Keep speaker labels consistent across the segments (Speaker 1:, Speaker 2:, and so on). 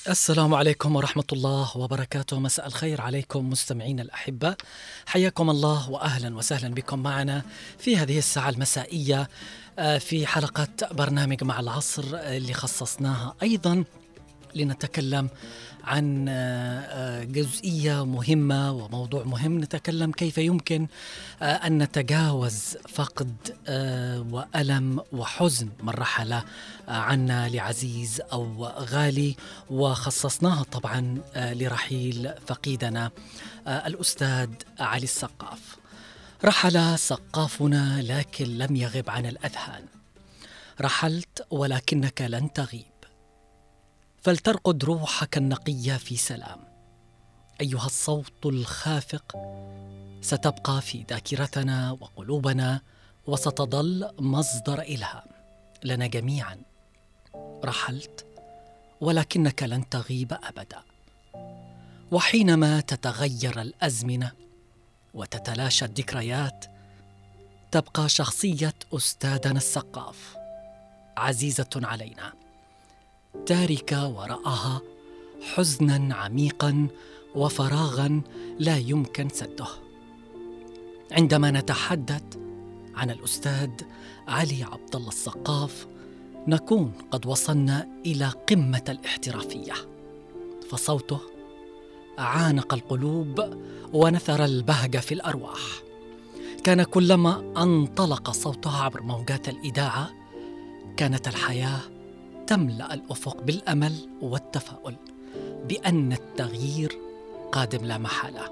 Speaker 1: السلام عليكم ورحمة الله وبركاته. مساء الخير عليكم مستمعين الأحبة، حياكم الله وأهلا وسهلا بكم معنا في هذه الساعة المسائية في حلقة برنامج مع العصر اللي خصصناها أيضا لنتكلم عن جزئية مهمة وموضوع مهم. نتكلم كيف يمكن أن نتجاوز فقد وألم وحزن من رحل عنا لعزيز أو غالي، وخصصناها طبعا لرحيل فقيدنا الأستاذ علي السقاف. رحل سقافنا لكن لم يغب عن الأذهان. رحلت ولكنك لن تغيب، فلترقد روحك النقية في سلام. أيها الصوت الخافق، ستبقى في ذاكرتنا وقلوبنا، وستظل مصدر إلهام لنا جميعا. رحلت ولكنك لن تغيب أبدا. وحينما تتغير الأزمنة وتتلاشى الذكريات، تبقى شخصية أستاذنا السقاف عزيزة علينا، تاركة وراءها حزنا عميقا وفراغا لا يمكن سده. عندما نتحدث عن الأستاذ علي عبد الله السقاف، نكون قد وصلنا إلى قمة الاحترافية، فصوته عانق القلوب ونثر البهجة في الأرواح. كان كلما انطلق صوته عبر موجات الإذاعة كانت الحياة تملأ الأفق بالأمل والتفاؤل بأن التغيير قادم لا محالة.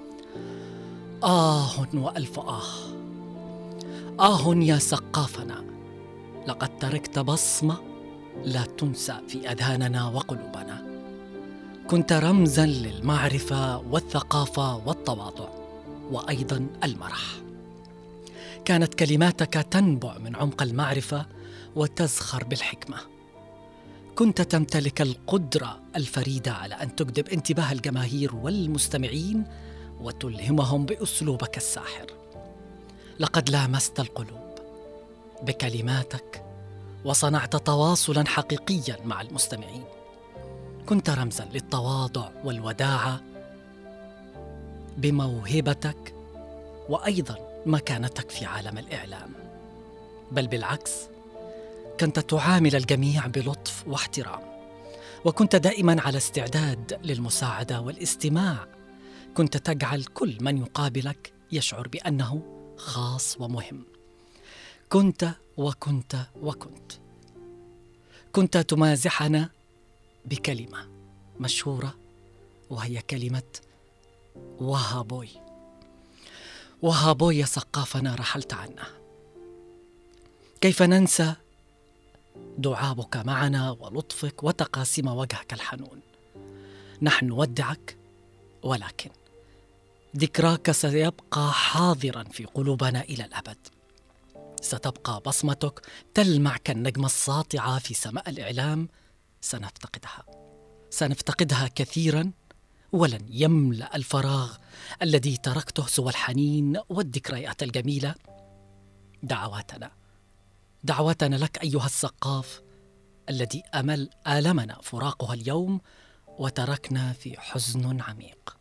Speaker 1: وألف آه يا سقافنا، لقد تركت بصمة لا تنسى في أذهاننا وقلوبنا. كنت رمزا للمعرفة والثقافة والتواضع وأيضا المرح. كانت كلماتك تنبع من عمق المعرفة وتزخر بالحكمة. كنت تمتلك القدرة الفريدة على أن تجذب انتباه الجماهير والمستمعين وتلهمهم بأسلوبك الساحر. لقد لامست القلوب بكلماتك وصنعت تواصلا حقيقيا مع المستمعين. كنت رمزا للتواضع والوداعة بموهبتك وأيضا مكانتك في عالم الإعلام. بل بالعكس، كنت تعامل الجميع بلطف واحترام، وكنت دائما على استعداد للمساعدة والاستماع. كنت تجعل كل من يقابلك يشعر بأنه خاص ومهم. كنت كنت تمازحنا بكلمة مشهورة، وهي كلمة وهابوي. وهابوي يا سقافنا، رحلت عنا. كيف ننسى دعابك معنا ولطفك وتقاسيم وجهك الحنون؟ نحن نودعك، ولكن ذكراك سيبقى حاضرا في قلوبنا إلى الأبد. ستبقى بصمتك تلمع كالنجمة الساطعة في سماء الإعلام. سنفتقدها كثيرا، ولن يملأ الفراغ الذي تركته سوى الحنين والذكريات الجميلة. دعواتنا لك أيها السقاف الذي آلمنا فراقها اليوم وتركنا في حزن عميق.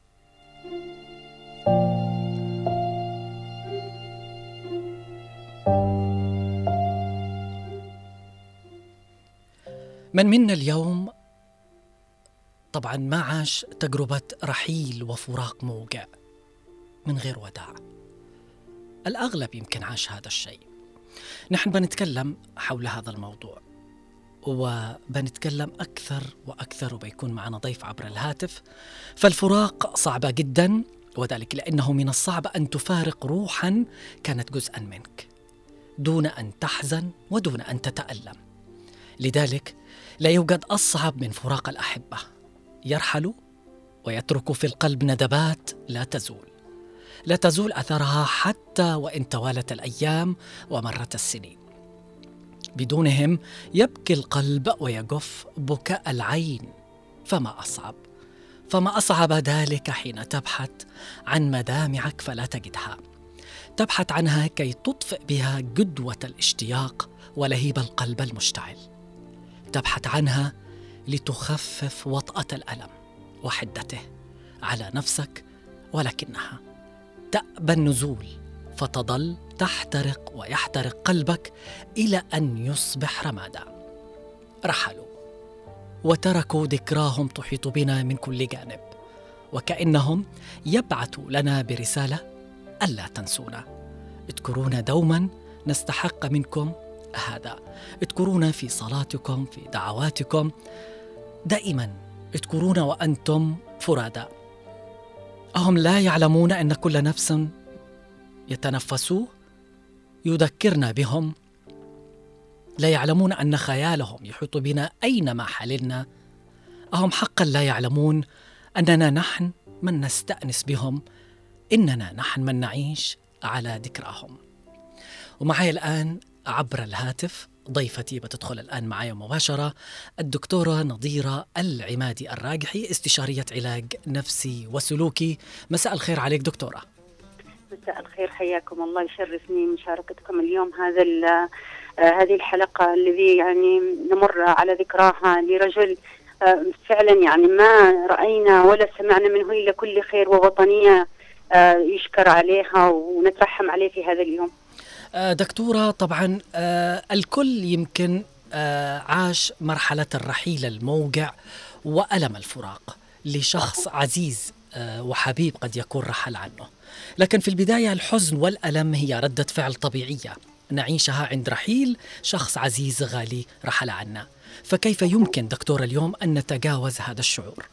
Speaker 1: من منا اليوم طبعا ما عاش تجربة رحيل وفراق موجع من غير وداع؟ الأغلب يمكن عاش هذا الشيء. نحن بنتكلم حول هذا الموضوع، وبنتكلم أكثر وأكثر، وبيكون معنا ضيف عبر الهاتف. فالفراق صعبة جدا، وذلك لأنه من الصعب أن تفارق روحا كانت جزءا منك دون أن تحزن ودون أن تتألم. لذلك لا يوجد أصعب من فراق الأحبة. يرحل ويترك في القلب ندبات لا تزول أثرها حتى وإن توالت الأيام ومرت السنين. بدونهم يبكي القلب ويجف بكاء العين. فما أصعب ذلك حين تبحث عن مدامعك فلا تجدها. تبحث عنها كي تطفئ بها جدوة الاشتياق ولهيب القلب المشتعل. تبحث عنها لتخفف وطأة الألم وحدته على نفسك، ولكنها تأبى النزول فتظل تحترق ويحترق قلبك إلى أن يصبح رمادا. رحلوا وتركوا ذكراهم تحيط بنا من كل جانب، وكأنهم يبعثوا لنا برسالة: ألا تنسونا، اذكرونا دوما، نستحق منكم هذا، اذكرونا في صلاتكم، في دعواتكم، دائما اذكرونا وأنتم فرادى. هم لا يعلمون أن كل نفس يتنفسوه يذكرنا بهم، لا يعلمون أن خيالهم يحيط بنا أينما حللنا. هم حقا لا يعلمون أننا نحن من نستأنس بهم، إننا نحن من نعيش على ذكراهم. ومعي الآن عبر الهاتف ضيفتي بتدخل الآن معي مباشرة، الدكتورة نظيرة العمادي الراجحي، استشارية علاج نفسي وسلوكي. مساء الخير عليك دكتورة.
Speaker 2: مساء الخير، حياكم الله، يشرفني مشاركتكم اليوم هذه الحلقة الذي يعني نمر على ذكراها لرجل فعلا يعني ما رأينا ولا سمعنا منه إلا كل خير ووطنية يشكر عليها ونترحم عليه في هذا اليوم.
Speaker 1: دكتورة، طبعا الكل يمكن عاش مرحلة الرحيل الموجع وألم الفراق لشخص عزيز وحبيب قد يكون رحل عنه، لكن في البداية الحزن والألم هي ردة فعل طبيعية نعيشها عند رحيل شخص عزيز غالي رحل عنا. فكيف يمكن دكتورة اليوم أن نتجاوز هذا الشعور؟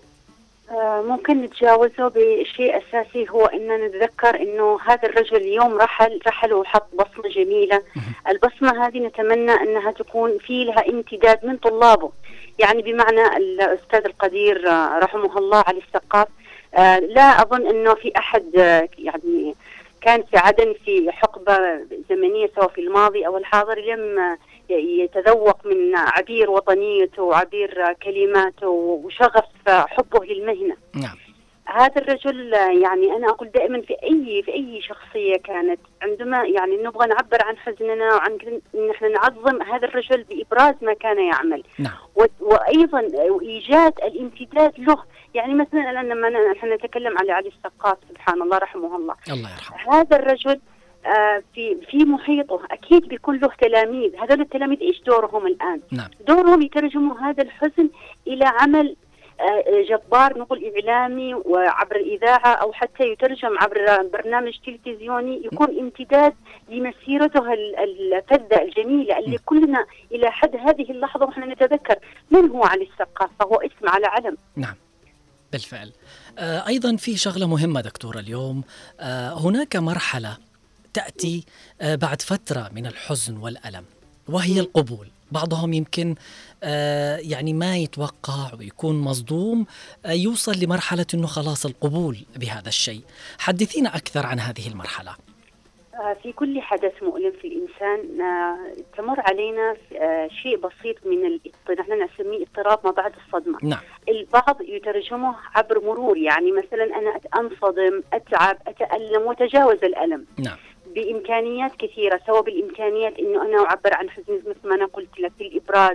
Speaker 2: ممكن نتجاوزه بشيء أساسي، هو أن نتذكر أنه هذا الرجل اليوم رحل وحط بصمة جميلة. البصمة هذه نتمنى أنها تكون في لها امتداد من طلابه، يعني بمعنى الأستاذ القدير رحمه الله علي السقاف، لا أظن أنه في أحد يعني كان في عدن في حقبة زمنية سواء في الماضي أو الحاضر لم يتذوق من عبير وطنيته وعبير كلماته وشغف حبه للمهنة.
Speaker 1: نعم.
Speaker 2: هذا الرجل يعني أنا أقول دائما في أي شخصية كانت، عندما يعني نبغى نعبر عن حزننا وعن إن إحنا نعظم هذا الرجل بإبراز ما كان يعمل.
Speaker 1: نعم.
Speaker 2: وأيضا إيجاد الامتداد له. يعني مثلا الآن لما نحن نتكلم على علي السقاف سبحان الله رحمه الله،
Speaker 1: الله يرحمه،
Speaker 2: هذا الرجل في محيطه أكيد بيكون له تلاميذ. هذول التلاميذ إيش دورهم الآن؟
Speaker 1: نعم.
Speaker 2: دورهم يترجموا هذا الحزن إلى عمل جبار، نقول إعلامي وعبر الإذاعة، أو حتى يترجم عبر برنامج تلفزيوني يكون امتداد لمسيرته الفذة الجميلة اللي كلنا إلى حد هذه اللحظة ونحن نتذكر من هو علي السقاف، فهو اسم على علم.
Speaker 1: نعم بالفعل. أيضا في شغلة مهمة دكتورة اليوم، هناك مرحلة تأتي بعد فترة من الحزن والألم وهي القبول. بعضهم يمكن يعني ما يتوقع ويكون مصدوم، يوصل لمرحلة أنه خلاص القبول بهذا الشيء. حدثينا أكثر عن هذه المرحلة.
Speaker 2: في كل حدث مؤلم في الإنسان تمر علينا شيء بسيط من نحن نسميه اضطراب ما بعد الصدمة.
Speaker 1: نعم.
Speaker 2: البعض يترجمه عبر مرور، يعني مثلا أنا أنصدم، أتعب، أتألم وتجاوز الألم.
Speaker 1: نعم.
Speaker 2: بإمكانيات كثيرة، سواء بالإمكانيات إنه أنا أعبر عن حزني مثل ما أنا قلت لك، الإبراز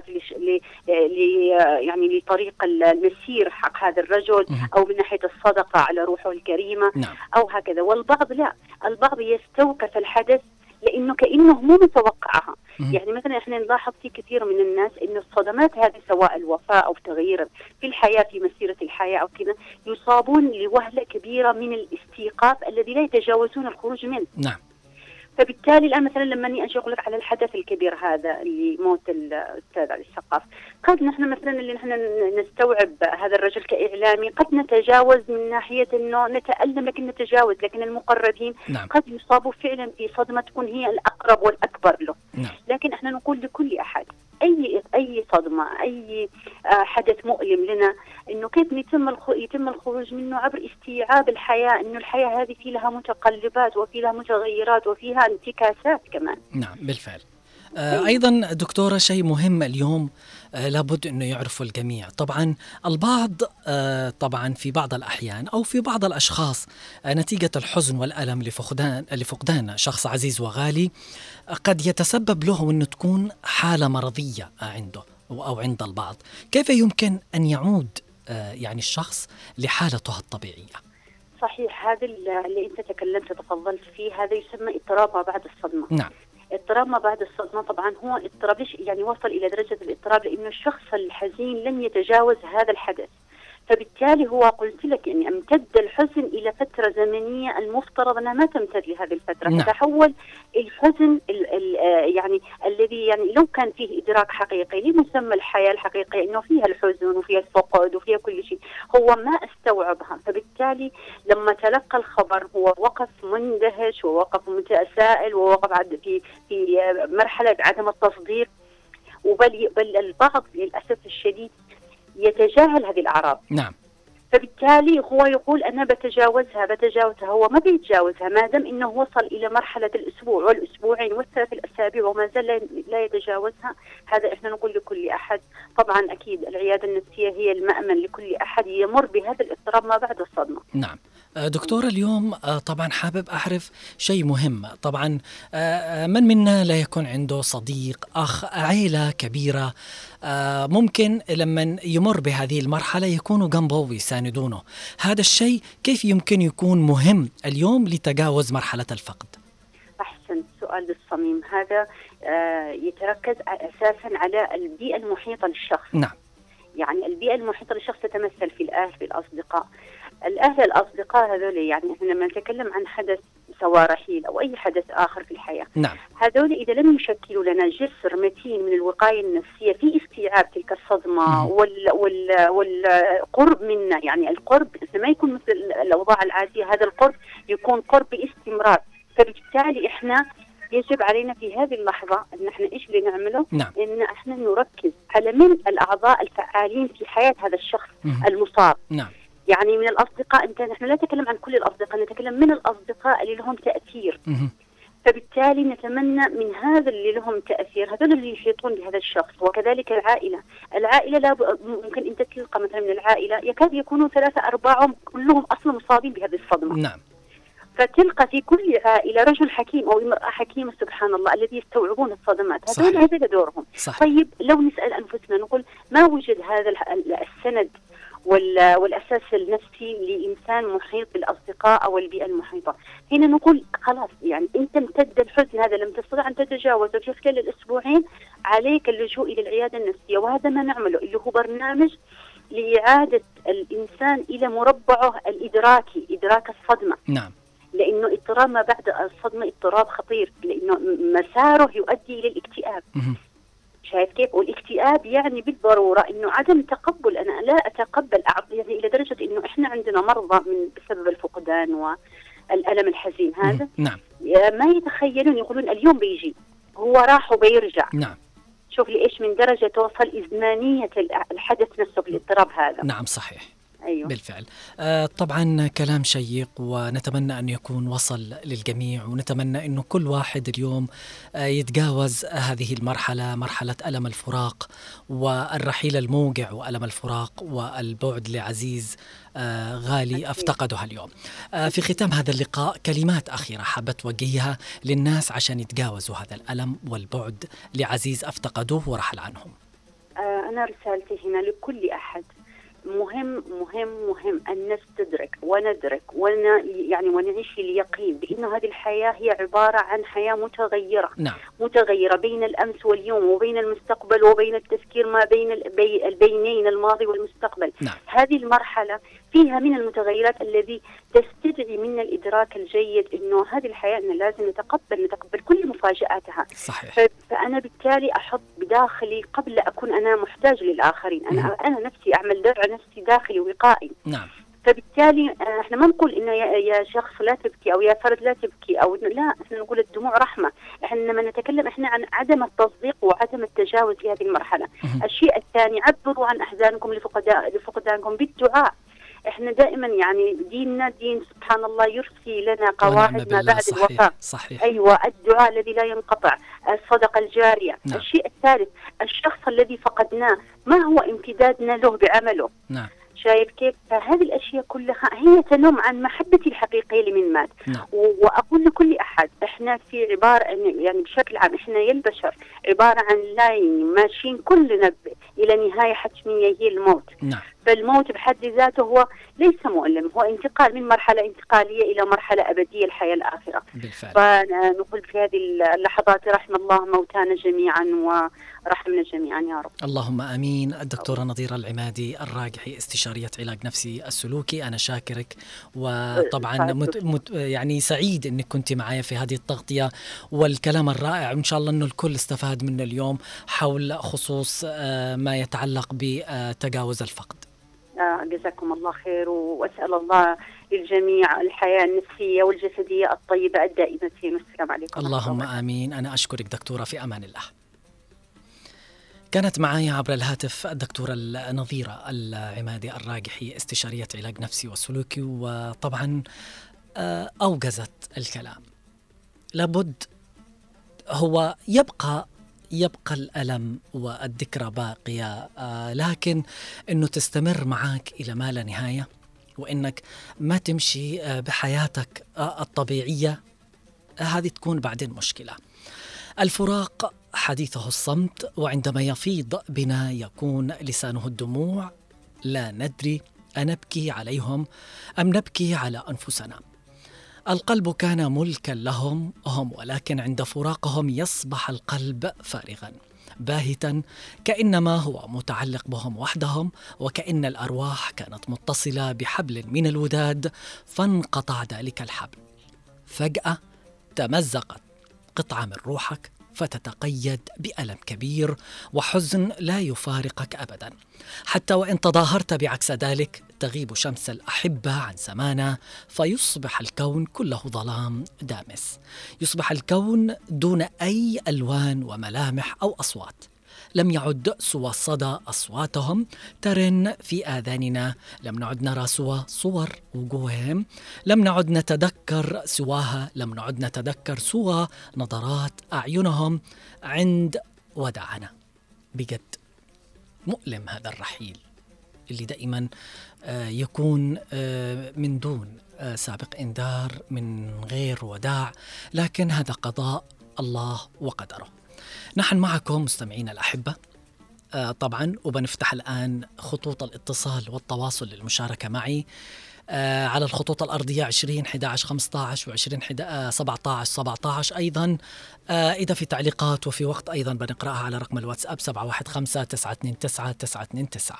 Speaker 2: يعني لطريق المسير حق هذا الرجل، أو من ناحية الصدقة على روحه الكريمة.
Speaker 1: نعم.
Speaker 2: أو هكذا. والبعض لا، البعض يستوقف الحدث لأنه كأنه مو متوقعها. يعني مثلا إحنا نلاحظ في كثير من الناس إن الصدمات هذه سواء الوفاة أو تغيير في الحياة في مسيرة الحياة أو كذا، يصابون لوهلة كبيرة من الاستيقاظ الذي لا يتجاوزون الخروج منه.
Speaker 1: نعم.
Speaker 2: فبالتالي الآن مثلا لما أجي أقول لك على الحدث الكبير هذا اللي موت الأستاذ علي السقاف، قد نحن مثلا اللي نحن نستوعب هذا الرجل كإعلامي قد نتجاوز من ناحية إنه نتألم لكن نتجاوز، لكن المقربين
Speaker 1: نعم.
Speaker 2: قد يصابوا فعلا في صدمة تكون هي الأقرب والأكبر له.
Speaker 1: نعم.
Speaker 2: لكن احنا نقول لكل أحد أي صدمة، أي حدث مؤلم لنا، إنه كيف يتم الخروج منه عبر استيعاب الحياة، إنه الحياة هذه في لها متقلبات وفي لها متغيرات وفيها انتكاسات كمان.
Speaker 1: نعم بالفعل. أيضا دكتورة شيء مهم اليوم لابد أنه يعرفوا الجميع. طبعا البعض طبعا في بعض الأحيان أو في بعض الأشخاص نتيجة الحزن والألم لفقدان شخص عزيز وغالي قد يتسبب له أنه تكون حالة مرضية عنده، أو عند البعض. كيف يمكن أن يعود يعني الشخص لحالته الطبيعية؟
Speaker 2: صحيح، هذا اللي أنت تفضلت فيه، هذا يسمى اضطراب ما بعد الصدمة.
Speaker 1: نعم.
Speaker 2: اضطراب ما بعد الصدمة طبعا هو اضطراب يعني وصل إلى درجة الاضطراب لأنه الشخص الحزين لم يتجاوز هذا الحدث، فبالتالي هو قلت لك يعني امتد الحزن إلى فترة زمنية المفترض أنها ما تمتد لهذه الفترة.
Speaker 1: نعم.
Speaker 2: فتحول الحزن يعني الذي يعني لو كان فيه إدراك حقيقي لمسمى الحياة الحقيقية أنه فيها الحزن وفيها الفقد وفيها كل شيء، هو ما استوعبها. فبالتالي لما تلقى الخبر هو وقف مندهش ووقف متسائل ووقف في مرحلة عدم التصديق، بل البعض للأسف الشديد يتجاهل هذه الأعراض.
Speaker 1: نعم.
Speaker 2: فبالتالي هو يقول أنا بتجاوزها، هو ما بيتجاوزها ما دام إنه وصل إلى مرحلة الأسبوع والأسبوعين والثلاث الأسابيع وما زال لا يتجاوزها. هذا إحنا نقول لكل أحد، طبعا أكيد العيادة النفسية هي المأمن لكل أحد يمر بهذا الاضطراب ما بعد الصدمة.
Speaker 1: نعم. دكتورة، اليوم طبعا حابب أعرف شيء مهم. طبعا من منا لا يكون عنده صديق، أخ، عائلة كبيرة ممكن لما يمر بهذه المرحلة يكونوا جنبه ويساندونه. هذا الشيء كيف يمكن يكون مهم اليوم لتجاوز مرحلة الفقد؟
Speaker 2: أحسن سؤال بالصميم. هذا يتركز أساسا على البيئة المحيطة للشخص.
Speaker 1: نعم.
Speaker 2: يعني البيئة المحيطة للشخص تتمثل في الأهل، في الأصدقاء. الأصدقاء هذول يعني إحنا لما نتكلم عن حدث سواء رحيل أو أي حدث آخر في الحياة،
Speaker 1: نعم،
Speaker 2: هذول إذا لم يشكلوا لنا جسر متين من الوقاية النفسية في استيعاب تلك الصدمة والقرب منا، يعني القرب ما يكون مثل الأوضاع العادية، هذا القرب يكون قرب باستمرار. فبالتالي إحنا يجب علينا في هذه اللحظة أن احنا إيش اللي نعمله؟
Speaker 1: نعم.
Speaker 2: إن احنا نركز على من الأعضاء الفعالين في حياة هذا الشخص المصاب.
Speaker 1: نعم.
Speaker 2: يعني من الأصدقاء، نحن لا نتكلم عن كل الأصدقاء، نتكلم من الأصدقاء اللي لهم تأثير. فبالتالي نتمنى من هذا اللي لهم تأثير، هذول اللي يحيطون بهذا الشخص. وكذلك العائلة لا ممكن أنت تلقى مثلا من العائلة يكاد يكونوا 3/4 كلهم أصلا مصابين بهذه الصدمة.
Speaker 1: نعم.
Speaker 2: فتلقى في كل عائلة رجل حكيم أو امرأة حكيمة سبحان الله الذي يستوعبون الصدمات. هذا دورهم.
Speaker 1: صحيح.
Speaker 2: طيب لو نسأل أنفسنا نقول ما وجد هذا السند والأساس النفسي لإنسان محيط بالأصدقاء أو البيئة المحيطة، هنا نقول خلاص يعني أنت امتد الحزن هذا لم تستطع أن تتجاوزه في خلال الأسبوعين، عليك اللجوء إلى العيادة النفسية. وهذا ما نعمله اللي هو برنامج لإعادة الإنسان إلى مربعه الإدراكي، إدراك الصدمة.
Speaker 1: نعم.
Speaker 2: لأنه اضطراب ما بعد الصدمة اضطراب خطير، لأنه مساره يؤدي إلى الاكتئاب. شايف كيف؟ والاكتئاب يعني بالضرورة إنه عدم تقبل، أنا لا أتقبل يعني إلى درجة إنه إحنا عندنا مرضى بسبب الفقدان والألم الحزين هذا.
Speaker 1: نعم.
Speaker 2: ما يتخيلون، يقولون اليوم بيجي، هو راح وبيرجع.
Speaker 1: نعم.
Speaker 2: شوف لإيش من درجة توصل إزمانية الحدث نفسه بالاضطراب هذا.
Speaker 1: نعم صحيح.
Speaker 2: أيوه.
Speaker 1: بالفعل. طبعا كلام شيق، ونتمنى أن يكون وصل للجميع، ونتمنى أنه كل واحد اليوم يتجاوز هذه المرحلة، مرحلة ألم الفراق والرحيل الموجع وألم الفراق والبعد لعزيز غالي أفتقدها اليوم. في ختام هذا اللقاء كلمات أخيرة حابة توجهها للناس عشان يتجاوزوا هذا الألم والبعد لعزيز أفتقدوه ورحل عنهم.
Speaker 2: أنا رسالتي هنا لكل أحد، مهم مهم مهم أن نستدرك وندرك ونعيش اليقين بأن هذه الحياة هي عبارة عن حياة متغيرة.
Speaker 1: نعم.
Speaker 2: متغيرة بين الأمس واليوم وبين المستقبل وبين التفكير ما بين البينين الماضي والمستقبل.
Speaker 1: نعم.
Speaker 2: هذه المرحلة فيها من المتغيرات الذي تستدعي منا الإدراك الجيد أنه هذه الحياة أن لازم نتقبل كل مفاجآتها.
Speaker 1: صحيح.
Speaker 2: فأنا بالتالي أحط بداخلي قبل أكون أنا محتاج للآخرين، أنا نفسي أعمل درع نفسي داخلي وقائي.
Speaker 1: نعم.
Speaker 2: فبالتالي احنا ما نقول إنه يا شخص لا تبكي أو يا فرد لا تبكي أو لا، احنا نقول الدموع رحمة. احنا لما نتكلم احنا عن عدم التصديق وعدم التجاوز في هذه المرحلة. الشيء الثاني، عبروا عن أحزانكم لفقدانكم بالدعاء. احنا دائما يعني ديننا دين سبحان الله يرسي لنا قواعد ما بعد الوفاة.
Speaker 1: صحيح.
Speaker 2: ايوه، الدعاء الذي لا ينقطع، الصدقة الجارية.
Speaker 1: نعم.
Speaker 2: الشيء الثالث، الشخص الذي فقدناه ما هو امتدادنا له بعمله.
Speaker 1: نعم.
Speaker 2: شايف كيف؟ فهذه الأشياء كلها هي تنم عن محبتي الحقيقية لمن مات. وأقول لكل أحد إحنا في عبارة يعني بشكل عام إحنا يا البشر عبارة عن لاين ماشيين كلنا إلى نهاية حتمية هي الموت. فالموت بحد ذاته هو ليس مؤلم، هو انتقال من مرحلة انتقالية إلى مرحلة أبدية، الحياة الآخرة. فنقول في هذه اللحظات رحم الله موتانا جميعا ورحمنا جميعا يا رب.
Speaker 1: اللهم آمين. الدكتورة نظيرة العمادي الراجحي، استشارية علاج نفسي السلوكي، أنا شاكرك، وطبعا يعني سعيد أنك كنت معايا في هذه التغطية والكلام الرائع، وإن شاء الله أنه الكل استفاد منه اليوم حول خصوص ما يتعلق بتجاوز الفقد.
Speaker 2: جزاكم الله خير، وأسأل الله للجميع الحياة النفسية والجسدية الطيبة الدائمة. والسلام عليكم.
Speaker 1: اللهم آمين. أنا أشكرك دكتورة، في أمان الله. كانت معي عبر الهاتف الدكتورة النظيرة العمادي الراجحي، استشارية علاج نفسي وسلوكي، وطبعا أوجزت الكلام. لابد هو يبقى الألم والذكرى باقية، لكن أنه تستمر معك إلى ما لا نهاية، وإنك ما تمشي بحياتك الطبيعية، هذه تكون بعدين مشكلة. الفراق حديثه الصمت، وعندما يفيض بنا يكون لسانه الدموع. لا ندري أنبكي عليهم أم نبكي على أنفسنا. القلب كان ملكا لهم هم، ولكن عند فراقهم يصبح القلب فارغا باهتا، كأنما هو متعلق بهم وحدهم، وكأن الأرواح كانت متصلة بحبل من الوداد فانقطع ذلك الحبل. فجأة تمزقت قطعة من روحك فتتقيد بألم كبير وحزن لا يفارقك أبدا. حتى وإن تظاهرت بعكس ذلك تغيب شمس الأحبة عن سمانا، فيصبح الكون كله ظلام دامس. يصبح الكون دون أي ألوان وملامح أو أصوات. لم يعد سوى صدى أصواتهم ترن في آذاننا، لم نعد نرى سوى صور وجوههم، لم نعد نتذكر سواها، لم نعد نتذكر سوى نظرات أعينهم عند وداعنا. بجد مؤلم هذا الرحيل اللي دائما يكون من دون سابق إنذار، من غير وداع، لكن هذا قضاء الله وقدره. نحن معكم مستمعين الأحبة طبعا، وبنفتح الآن خطوط الاتصال والتواصل للمشاركة معي على الخطوط الأرضية 20 11 15 و20 17 17. أيضا إذا في تعليقات وفي وقت أيضا بنقرأها على رقم الواتساب 715 929 929.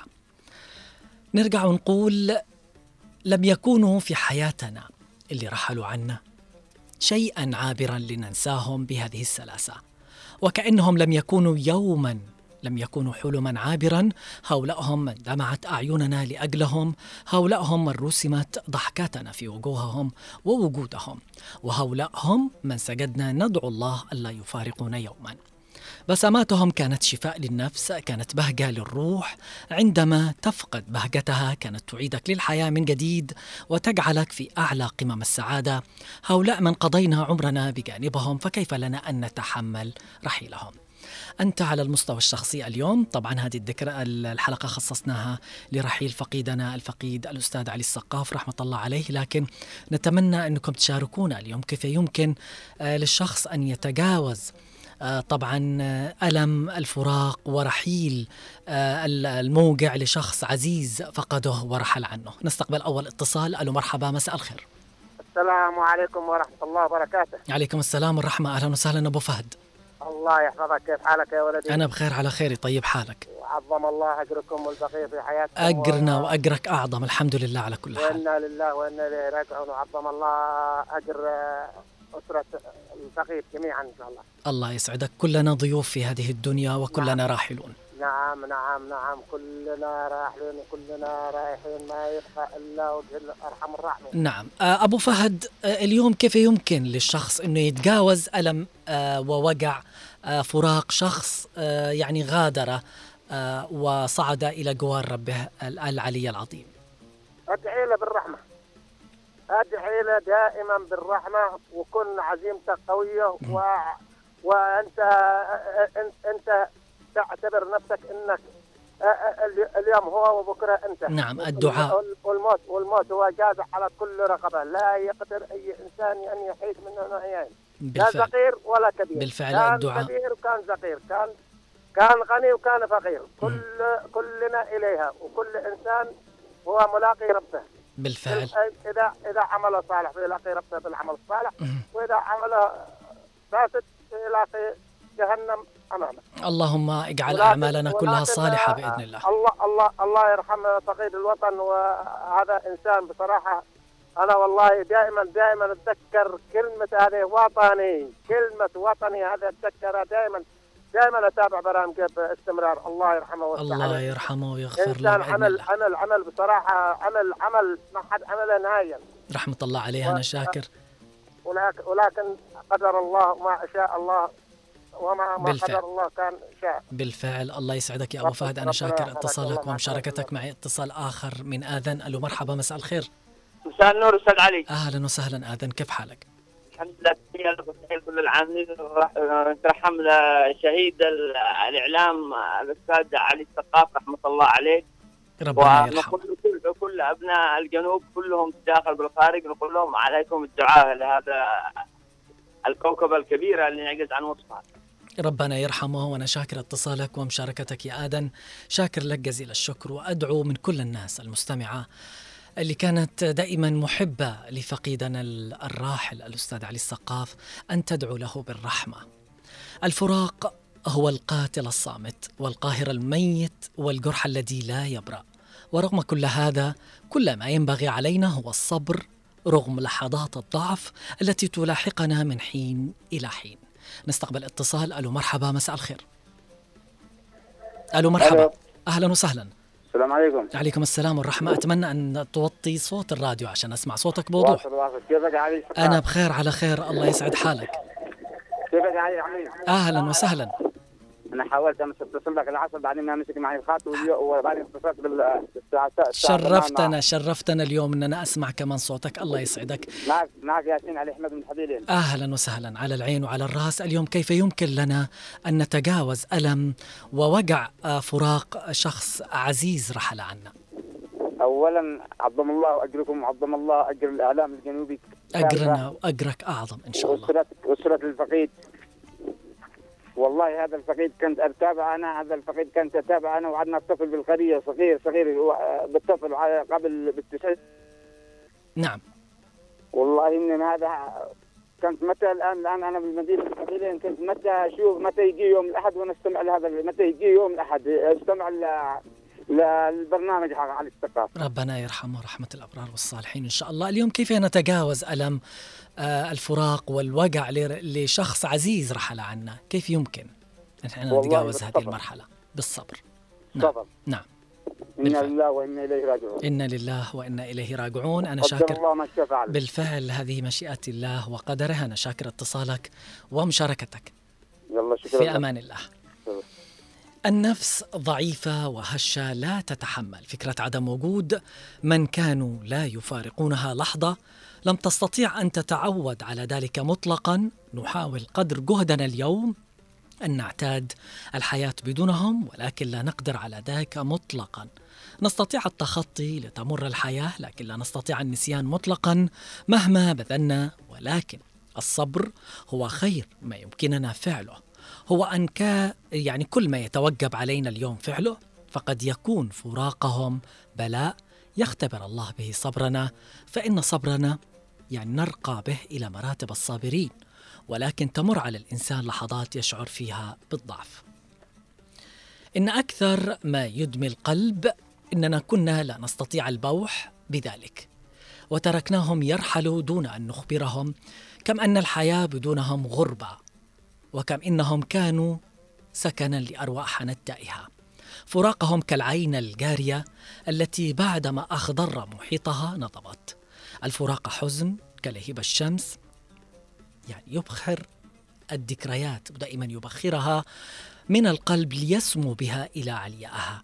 Speaker 1: نرجع ونقول لم يكونوا في حياتنا اللي رحلوا عنا شيئا عابرا لننساهم بهذه السلاسة، وكأنهم لم يكونوا يوما، لم يكونوا حلما عابرا. هؤلاء هم من دمعت أعيننا لأجلهم، هؤلاء هم من رسمت ضحكاتنا في وجوههم ووجودهم، وهؤلاء هم من سجدنا ندعو الله ألا يفارقنا يوما. بسماتهم كانت شفاء للنفس، كانت بهجة للروح. عندما تفقد بهجتها كانت تعيدك للحياة من جديد وتجعلك في أعلى قمم السعادة. هؤلاء من قضينا عمرنا بجانبهم، فكيف لنا أن نتحمل رحيلهم؟ أنت على المستوى الشخصي اليوم، طبعا هذه الحلقة خصصناها لرحيل فقيدنا الفقيد الأستاذ علي السقاف رحمة الله عليه، لكن نتمنى أنكم تشاركونا اليوم كيف يمكن للشخص أن يتجاوز طبعا ألم الفراق ورحيل الموجع لشخص عزيز فقده ورحل عنه. نستقبل أول اتصال. ألو مرحبا، مساء الخير.
Speaker 3: السلام عليكم ورحمة الله وبركاته.
Speaker 1: عليكم السلام والرحمة. أهلا وسهلا أبو فهد.
Speaker 3: الله يحفظك، كيف حالك يا ولدي؟
Speaker 1: أنا بخير على خير. طيب حالك؟
Speaker 3: وعظم الله أجركم والبقية في حياتكم.
Speaker 1: أجرنا وأجرك أعظم، الحمد لله على كل حال.
Speaker 3: وإنا لله وإنا إليه راجعون. وعظم الله أجر أسرة الفقيد جميعا إن شاء الله.
Speaker 1: الله يسعدك. كلنا ضيوف في هذه الدنيا وكلنا راحلون.
Speaker 3: نعم نعم نعم، كلنا راحلون وكلنا رايحين، ما يبقى إلا وجه أرحم الراحمين.
Speaker 1: نعم. أبو فهد، اليوم كيف يمكن للشخص أنه يتجاوز ألم ووجع فراق شخص يعني غادر وصعد إلى جوار ربه العلي العظيم؟
Speaker 3: أدعي له بالرحمة، أدعي له دائما بالرحمة، وكن عزيمتك قوية. وأنت تعتبر نفسك إنك اليوم هو وبكرة أنت.
Speaker 1: نعم، الدعاء.
Speaker 3: والموت هو جاز على كل رقبة، لا يقدر أي إنسان أن يحيد منه نوعين، لا صغير ولا كبير.
Speaker 1: بالفعل
Speaker 3: كان
Speaker 1: الدعاء.
Speaker 3: كبير وكان صغير، كان غني وكان فقير، كلنا إليها، وكل إنسان هو ملاقي ربه.
Speaker 1: بالفعل.
Speaker 3: إذا عمله صالح فيلاقي ربه بالعمل الصالح، وإذا عمله فاسد فيلاقي جهنم أمامه.
Speaker 1: اللهم اجعل أعمالنا كلها صالحة بإذن الله.
Speaker 3: الله يرحم فقيد الوطن، وهذا إنسان بصراحة أنا والله دائما أتذكر كلمة هذه وطني، كلمة وطني هذا أتذكرها دائما أتابع برامجه باستمرار. الله يرحمه
Speaker 1: الله يرحمه ويغفر
Speaker 3: له. إنسان عمل بصراحة عمل ما حد عمله نهائيا.
Speaker 1: رحمة الله عليه. أنا شاكر.
Speaker 3: ولكن قدر الله ما شاء الله، وما قدر الله كان شاء.
Speaker 1: بالفعل. الله يسعدك يا أبو فهد. أنا شاكر اتصالك ومشاركتك معي. اتصال آخر من آذن. ألو مرحبا، مساء الخير.
Speaker 4: مساء النور أستاذ علي.
Speaker 1: أهلا وسهلا آذن، كيف حالك؟
Speaker 4: الحمد لله بخير كل العاملين. نترحم لشهيد الإعلام الأستاذ علي الثقاف رحمة الله عليه،
Speaker 1: ربنا يرحمه.
Speaker 4: ونقول كل أبناء الجنوب كلهم داخل بالخارج، نقول لهم عليكم الدعاء لهذا الكوكب الكبير اللي نعجز عن وصفها.
Speaker 1: ربنا يرحمه. وأنا شاكر اتصالك ومشاركتك يا آذن، شاكر لك جزيل الشكر، وأدعو من كل الناس المستمعة اللي كانت دائما محبة لفقيدنا الراحل الأستاذ علي الثقاف أن تدعو له بالرحمة. الفراق هو القاتل الصامت والقاهر الميت والجرح الذي لا يبرأ، ورغم كل هذا كل ما ينبغي علينا هو الصبر رغم لحظات الضعف التي تلاحقنا من حين إلى حين. نستقبل اتصال. ألو مرحبا، مساء الخير. ألو مرحبا. أهلا وسهلا.
Speaker 5: السلام عليكم.
Speaker 1: عليكم السلام والرحمة. أتمنى أن توطي صوت الراديو عشان أسمع صوتك بوضوح.
Speaker 5: كيفك علي؟
Speaker 1: أنا بخير على خير، الله يسعد حالك.
Speaker 5: كيفك علي؟
Speaker 1: أهلا وسهلا.
Speaker 5: أنا حاولت أتصل لك العصر، بعدين ما مسك معي الخط، وبعدين اتصلت بالساعة.
Speaker 1: شرفتنا اليوم أن أنا أسمع كمان صوتك. الله يسعدك.
Speaker 5: معك ياسين علي أحمد من حبيلين.
Speaker 1: أهلا وسهلا، على العين وعلى الرأس. اليوم كيف يمكن لنا أن نتجاوز ألم ووجع فراق شخص عزيز رحل عنا؟
Speaker 5: أولا عظم الله أجركم وعظم الله أجر الإعلام الجنوبي.
Speaker 1: أجرنا وأجرك أعظم إن شاء الله.
Speaker 5: وأسرة الفقيد. والله هذا الفقيد كنت أتابع أنا، وعدنا الطفل بالقرية صغير بالطفل قبل بالتسعين.
Speaker 1: نعم.
Speaker 5: والله إن هذا كنت متى الآن أنا بالمدينة القبيلين، كنت متى يجي يوم الأحد ونستمع لهذا، متى يجي يوم الأحد استمع للبرنامج حق علي الثقاف.
Speaker 1: ربنا يرحمه رحمة الأبرار والصالحين إن شاء الله. اليوم كيف نتجاوز ألم الفراق والوجع لشخص عزيز رحل عنا؟ كيف يمكن أن نتجاوز هذه المرحلة؟ بالصبر. نعم.
Speaker 5: إنا لله وإنا إليه راجعون.
Speaker 1: إنا لله وإنا إليه راجعون. أنا شاكر.
Speaker 5: الله ما شاء.
Speaker 1: بالفعل هذه مشيئة الله وقدرها. أنا شاكر اتصالك ومشاركتك.
Speaker 5: يلا شكرا.
Speaker 1: في أمان الله. النفس ضعيفة وهشة، لا تتحمل فكرة عدم وجود من كانوا لا يفارقونها لحظة. لم تستطيع أن تتعود على ذلك مطلقا. نحاول قدر جهدنا اليوم أن نعتاد الحياة بدونهم، ولكن لا نقدر على ذلك مطلقا. نستطيع التخطي لتمر الحياة، لكن لا نستطيع النسيان مطلقا مهما بذلنا. ولكن الصبر هو خير ما يمكننا فعله. هو أن كل ما يتوجب علينا اليوم فعله، فقد يكون فراقهم بلاء يختبر الله به صبرنا، فإن صبرنا نرقى به إلى مراتب الصابرين. ولكن تمر على الإنسان لحظات يشعر فيها بالضعف. إن أكثر ما يدمي القلب إننا كنا لا نستطيع البوح بذلك، وتركناهم يرحلوا دون أن نخبرهم، كم أن الحياة بدونهم غربة، وكم إنهم كانوا سكنا لأرواحنا التائهة. فراقهم كالعين الجارية التي بعدما أخضر محيطها نضبت. الفراق حزن كلهيب الشمس، يبخر الذكريات، دائما يبخرها من القلب ليسمو بها إلى عليائها.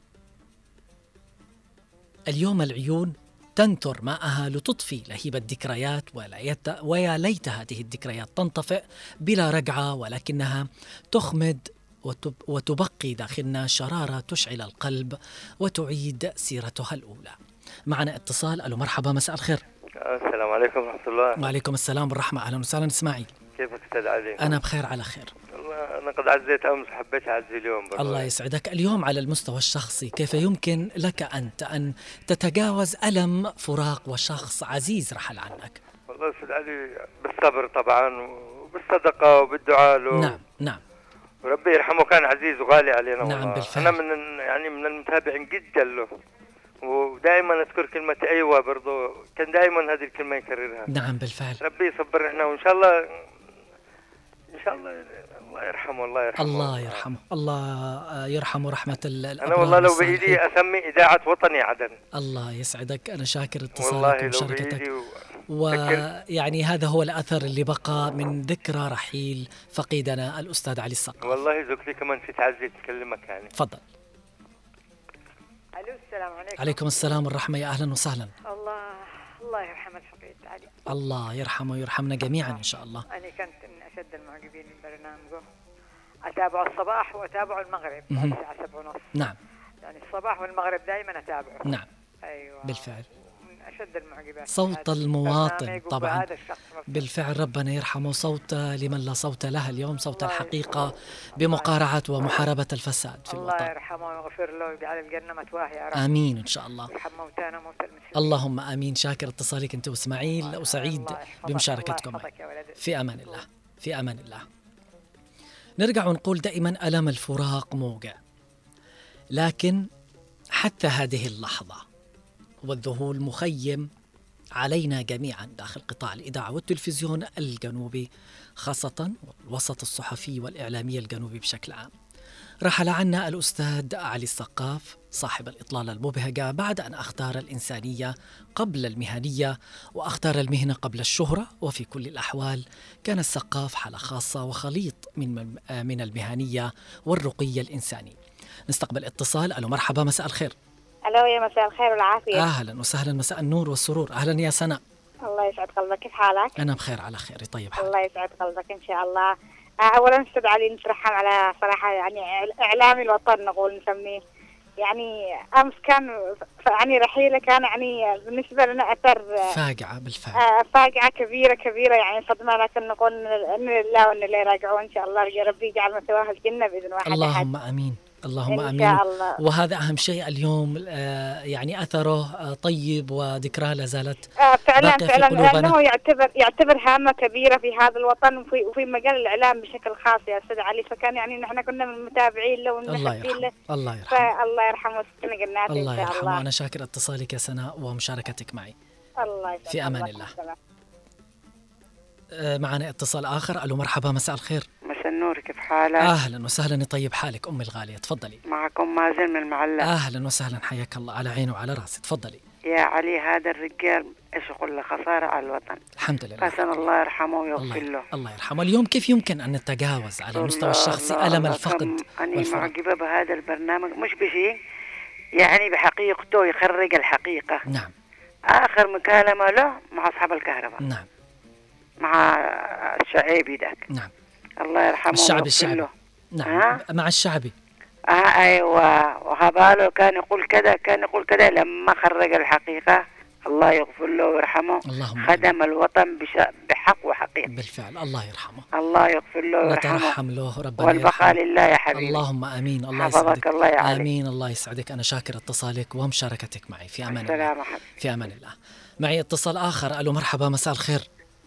Speaker 1: اليوم العيون تنثر ماءها لتطفي لهيب الذكريات، ويا ليت هذه الذكريات تنطفئ بلا رجعة، ولكنها تخمد وتبقي داخلنا شرارة تشعل القلب وتعيد سيرتها الأولى. معنا اتصال. ألو مرحبا، مساء الخير.
Speaker 6: السلام عليكم ورحمة الله.
Speaker 1: وعليكم السلام والرحمة. أهلا وسهلا إسماعيل.
Speaker 6: كيفك أستاذ علي؟
Speaker 1: أنا بخير على خير.
Speaker 6: أنا قد عزيت أمس، حبيت أعزي اليوم برضو.
Speaker 1: الله يسعدك. اليوم على المستوى الشخصي كيف يمكن لك أنت أن تتجاوز ألم فراق وشخص عزيز رحل عنك؟
Speaker 6: والله أستاذ علي بالصبر طبعا وبالصدقة وبالدعاء له.
Speaker 1: نعم.
Speaker 6: وربي يرحمه، كان عزيز وغالي علينا.
Speaker 1: نعم بالفعل.
Speaker 6: أنا من المتابعين جدا له، ودائما أذكر كلمة أيوة برضو، كان دائما هذه الكلمة يكررها.
Speaker 1: نعم بالفعل.
Speaker 6: ربي يصبرنا وإن شاء الله الله يرحمه.
Speaker 1: الله يرحمه رحمة الأبرار.
Speaker 6: أنا والله لو بإيدي أسمي إذاعة وطني عدن.
Speaker 1: الله يسعدك. أنا شاكر اتصالك ومشاركتك. ويعني هذا هو الأثر اللي بقى من ذكرى رحيل فقيدنا الأستاذ علي السقاف.
Speaker 6: والله زوجتي كمان في تعزي تكلمك يعني.
Speaker 1: تفضل.
Speaker 7: الو السلام عليكم.
Speaker 1: عليكم السلام والرحمة، يا أهلا وسهلا.
Speaker 7: الله يرحم الفقيد علي.
Speaker 1: الله يرحمه ويرحمنا جميعا إن شاء الله.
Speaker 7: أنا كنت من أشد المعجبين من برنامجه، أتابع الصباح وأتابع المغرب الساعة 7:30.
Speaker 1: نعم.
Speaker 7: يعني الصباح والمغرب دائما أتابعه.
Speaker 1: نعم.
Speaker 7: أيوة
Speaker 1: بالفعل.
Speaker 7: من أشد المعجبات.
Speaker 1: صوت المواطن طبعا. بالفعل ربنا يرحمه. صوت لمن لا صوت له اليوم، صوت الحقيقة بمقارعة ومحاربة الفساد في الوطن.
Speaker 7: الله يرحمه ويغفر له ويجعل الجنة مثواه يا رب.
Speaker 1: آمين إن شاء الله.
Speaker 7: يرحم موتانا موتى المسلمين.
Speaker 1: اللهم آمين. شاكر اتصالك أنت وإسماعيل، وسعيد بمشاركتكم. في أمان الله. في أمان الله. نرجع ونقول دائما ألم الفراق موجع، لكن حتى هذه اللحظة والذهول مخيم علينا جميعا داخل قطاع الإذاعة والتلفزيون الجنوبي، خاصة الوسط الصحفي والإعلامي الجنوبي بشكل عام. رحل عنا الأستاذ علي السقاف صاحب الإطلالة المبهجة بعد أن اختار الإنسانية قبل المهنية وأختار المهنة قبل الشهرة. وفي كل الأحوال كان السقاف حالة خاصة وخليط من المهنية والرقي الإنساني. نستقبل اتصال. ألو مرحبا، مساء الخير.
Speaker 8: ألو يا مساء الخير والعافية.
Speaker 1: أهلا وسهلا، مساء النور والسرور. أهلا يا سناء.
Speaker 8: الله يسعد قلبك، كيف حالك؟
Speaker 1: أنا بخير على خير. طيب حالك؟
Speaker 8: الله يسعد قلبك إن شاء الله. أولا أستاذ علي نترحم على صراحة يعني إعلامي الوطن نقول نسميه. يعني أمس كان يعني رحيله كان يعني بالنسبة لنا أثر
Speaker 1: فاجعة بالفعل.
Speaker 8: فاجعة كبيرة يعني صدمة، لكن نقول إن لله وإن إليه راجعون إن شاء الله. يا ربي يجعل مثواه الجنة بإذن واحد.
Speaker 1: اللهم آمين. اللهم آمين.
Speaker 8: إن شاء الله.
Speaker 1: وهذا أهم شيء اليوم، يعني أثره طيب وذكراه لازالت
Speaker 8: فعلا
Speaker 1: باقية في قلوبنا.
Speaker 8: لأنه يعتبر هامة كبيرة في هذا الوطن وفي مجال الإعلام بشكل خاص يا أستاذ علي. فكان يعني نحن كنا من المتابعين له والمحبين له.
Speaker 1: الله يرحمه.
Speaker 8: فالله يرحمه ويسكن جناته
Speaker 1: الله
Speaker 8: إن شاء
Speaker 1: يرحمه.
Speaker 8: الله.
Speaker 1: أنا شاكر اتصالك يا سناء ومشاركتك معي.
Speaker 8: الله يسلمك.
Speaker 1: في أمان الله. معنا اتصال آخر. ألو مرحبا، مساء الخير.
Speaker 7: مساء النور، كيف حالك؟
Speaker 1: أهلا وسهلا. طيب حالك أمي الغالية؟ تفضلي.
Speaker 7: معكم مازن من المعلق.
Speaker 1: أهلا وسهلا، حياك الله. على عيني وعلى راسي. تفضلي
Speaker 7: يا علي. هذا الرجال ايش يقول له، خسارة على الوطن.
Speaker 1: الحمد لله.
Speaker 7: حسن الله يرحمه ويغفر له.
Speaker 1: الله يرحمه. اليوم كيف يمكن أن نتجاوز على المستوى الشخصي ألم الفقد
Speaker 7: أنا معجبة بهذا البرنامج، مش بشيء يعني بحقيقته، يخرج الحقيقة.
Speaker 1: نعم.
Speaker 7: آخر مكالمة له مع أصحاب الكهرباء.
Speaker 1: نعم.
Speaker 7: مع الشعيبي ذاك.
Speaker 1: نعم.
Speaker 7: الله يرحمه.
Speaker 1: الشعبي. نعم. مع الشعبي.
Speaker 7: أيوة. وهباله كان يقول كذا لما خرج الحقيقة. الله يغفر له ويرحمه. خدم الوطن بحق وحقيقة.
Speaker 1: بالفعل. الله يرحمه.
Speaker 7: الله يغفر له ويرحمه.
Speaker 1: نترحم له ربنا.
Speaker 7: والبقاء لله يا حبيبي.
Speaker 1: اللهم آمين. الله
Speaker 7: يسعدك. الله يا علي.
Speaker 1: آمين. الله يسعدك. أنا شاكر اتصالك ومشاركتك معي. في أمان
Speaker 7: الله.
Speaker 1: في أمان الله. معي اتصال آخر. ألو مرحبا، مساء الخير.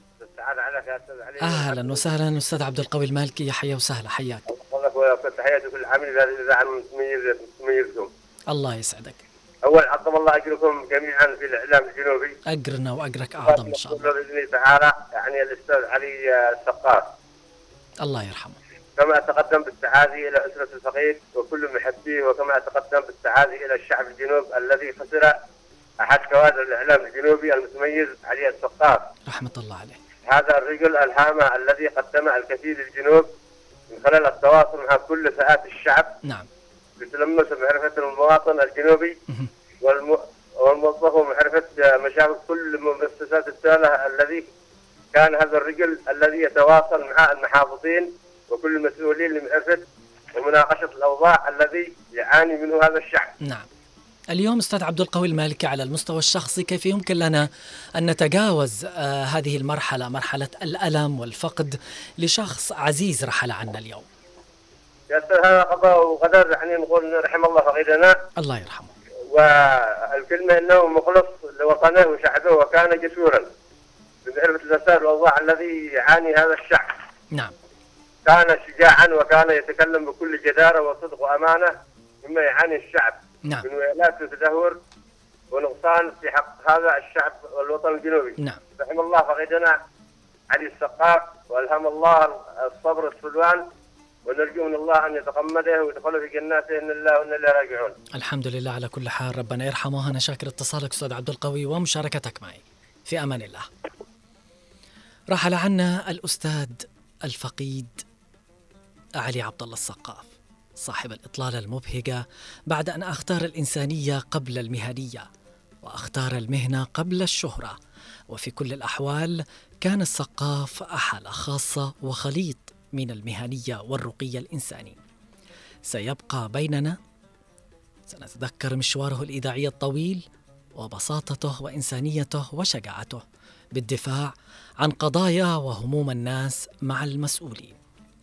Speaker 1: أهلا وسهلا أستاذ عبد القوي المالكي. يا حيا وسهلا، حياك.
Speaker 3: تحياتي كل عامل هذه الإذاعة متميزكم.
Speaker 1: الله يسعدك.
Speaker 3: أول عظم الله أجركم جميعا في الإعلام الجنوبي.
Speaker 1: أجرنا وأجرك أعظم إن شاء الله.
Speaker 3: بإذن الله تعالى. يعني الأستاذ علي السقاف
Speaker 1: الله يرحمه.
Speaker 3: كما أتقدم بالتعازي إلى أسرة الفقيد وكل محبيه، وكما أتقدم بالتعازي إلى الشعب الجنوب الذي خسر أحد كوادر الإعلام الجنوبي المتميز علي السقاف
Speaker 1: رحمة الله عليه.
Speaker 3: هذا الرجل الهامة الذي قدم الكثير للجنوب من خلال التواصل مع كل فئات الشعب.
Speaker 1: نعم.
Speaker 3: بتلمس معرفة المواطن الجنوبي والموظف ومعرفة مشاكل كل مؤسسات الدولة. الذي كان هذا الرجل الذي يتواصل مع المحافظين وكل المسؤولين لمعرفة ومناقشة الأوضاع الذي يعاني منه هذا الشعب.
Speaker 1: نعم. اليوم أستاذ عبد القوي المالكي، على المستوى الشخصي كيف يمكن لنا أن نتجاوز هذه المرحلة، مرحلة الألم والفقد لشخص عزيز رحل عنا اليوم؟
Speaker 3: يا أستاذ هذا قضاء وقدر، يعني نقول رحم الله فقيدنا
Speaker 1: الله يرحمه،
Speaker 3: والكلمة أنه مخلص لوطنه وشعبه وكان جسورا بمعرفة المسائل والأوضاع الذي يعاني هذا الشعب.
Speaker 1: نعم.
Speaker 3: كان شجاعا وكان يتكلم بكل جدارة وصدق وأمانة مما يعاني الشعب.
Speaker 1: نعم.
Speaker 3: من ويلات وتدهور ونقصان في حق هذا الشعب والوطن الجنوبي.
Speaker 1: نعم.
Speaker 3: رحم الله فقيدنا علي السقاف، والهم الله الصبر السلوان، ونرجو من الله أن يتغمده ويدخله في جناته إن الله وإن الله راجعون.
Speaker 1: الحمد لله على كل حال، ربنا يرحمه. أنا شاكر اتصالك أستاذ عبد القوي ومشاركتك معي، في أمان الله. رحل عنا الأستاذ الفقيد علي عبد الله السقاف، صاحب الإطلالة المبهجة، بعد أن أختار الإنسانية قبل المهنية وأختار المهنة قبل الشهرة. وفي كل الأحوال كان السقاف حالة خاصة وخليط من المهنية والرقي الإنساني. سيبقى بيننا، سنتذكر مشواره الإذاعي الطويل وبساطته وإنسانيته وشجاعته بالدفاع عن قضايا وهموم الناس مع المسؤولين.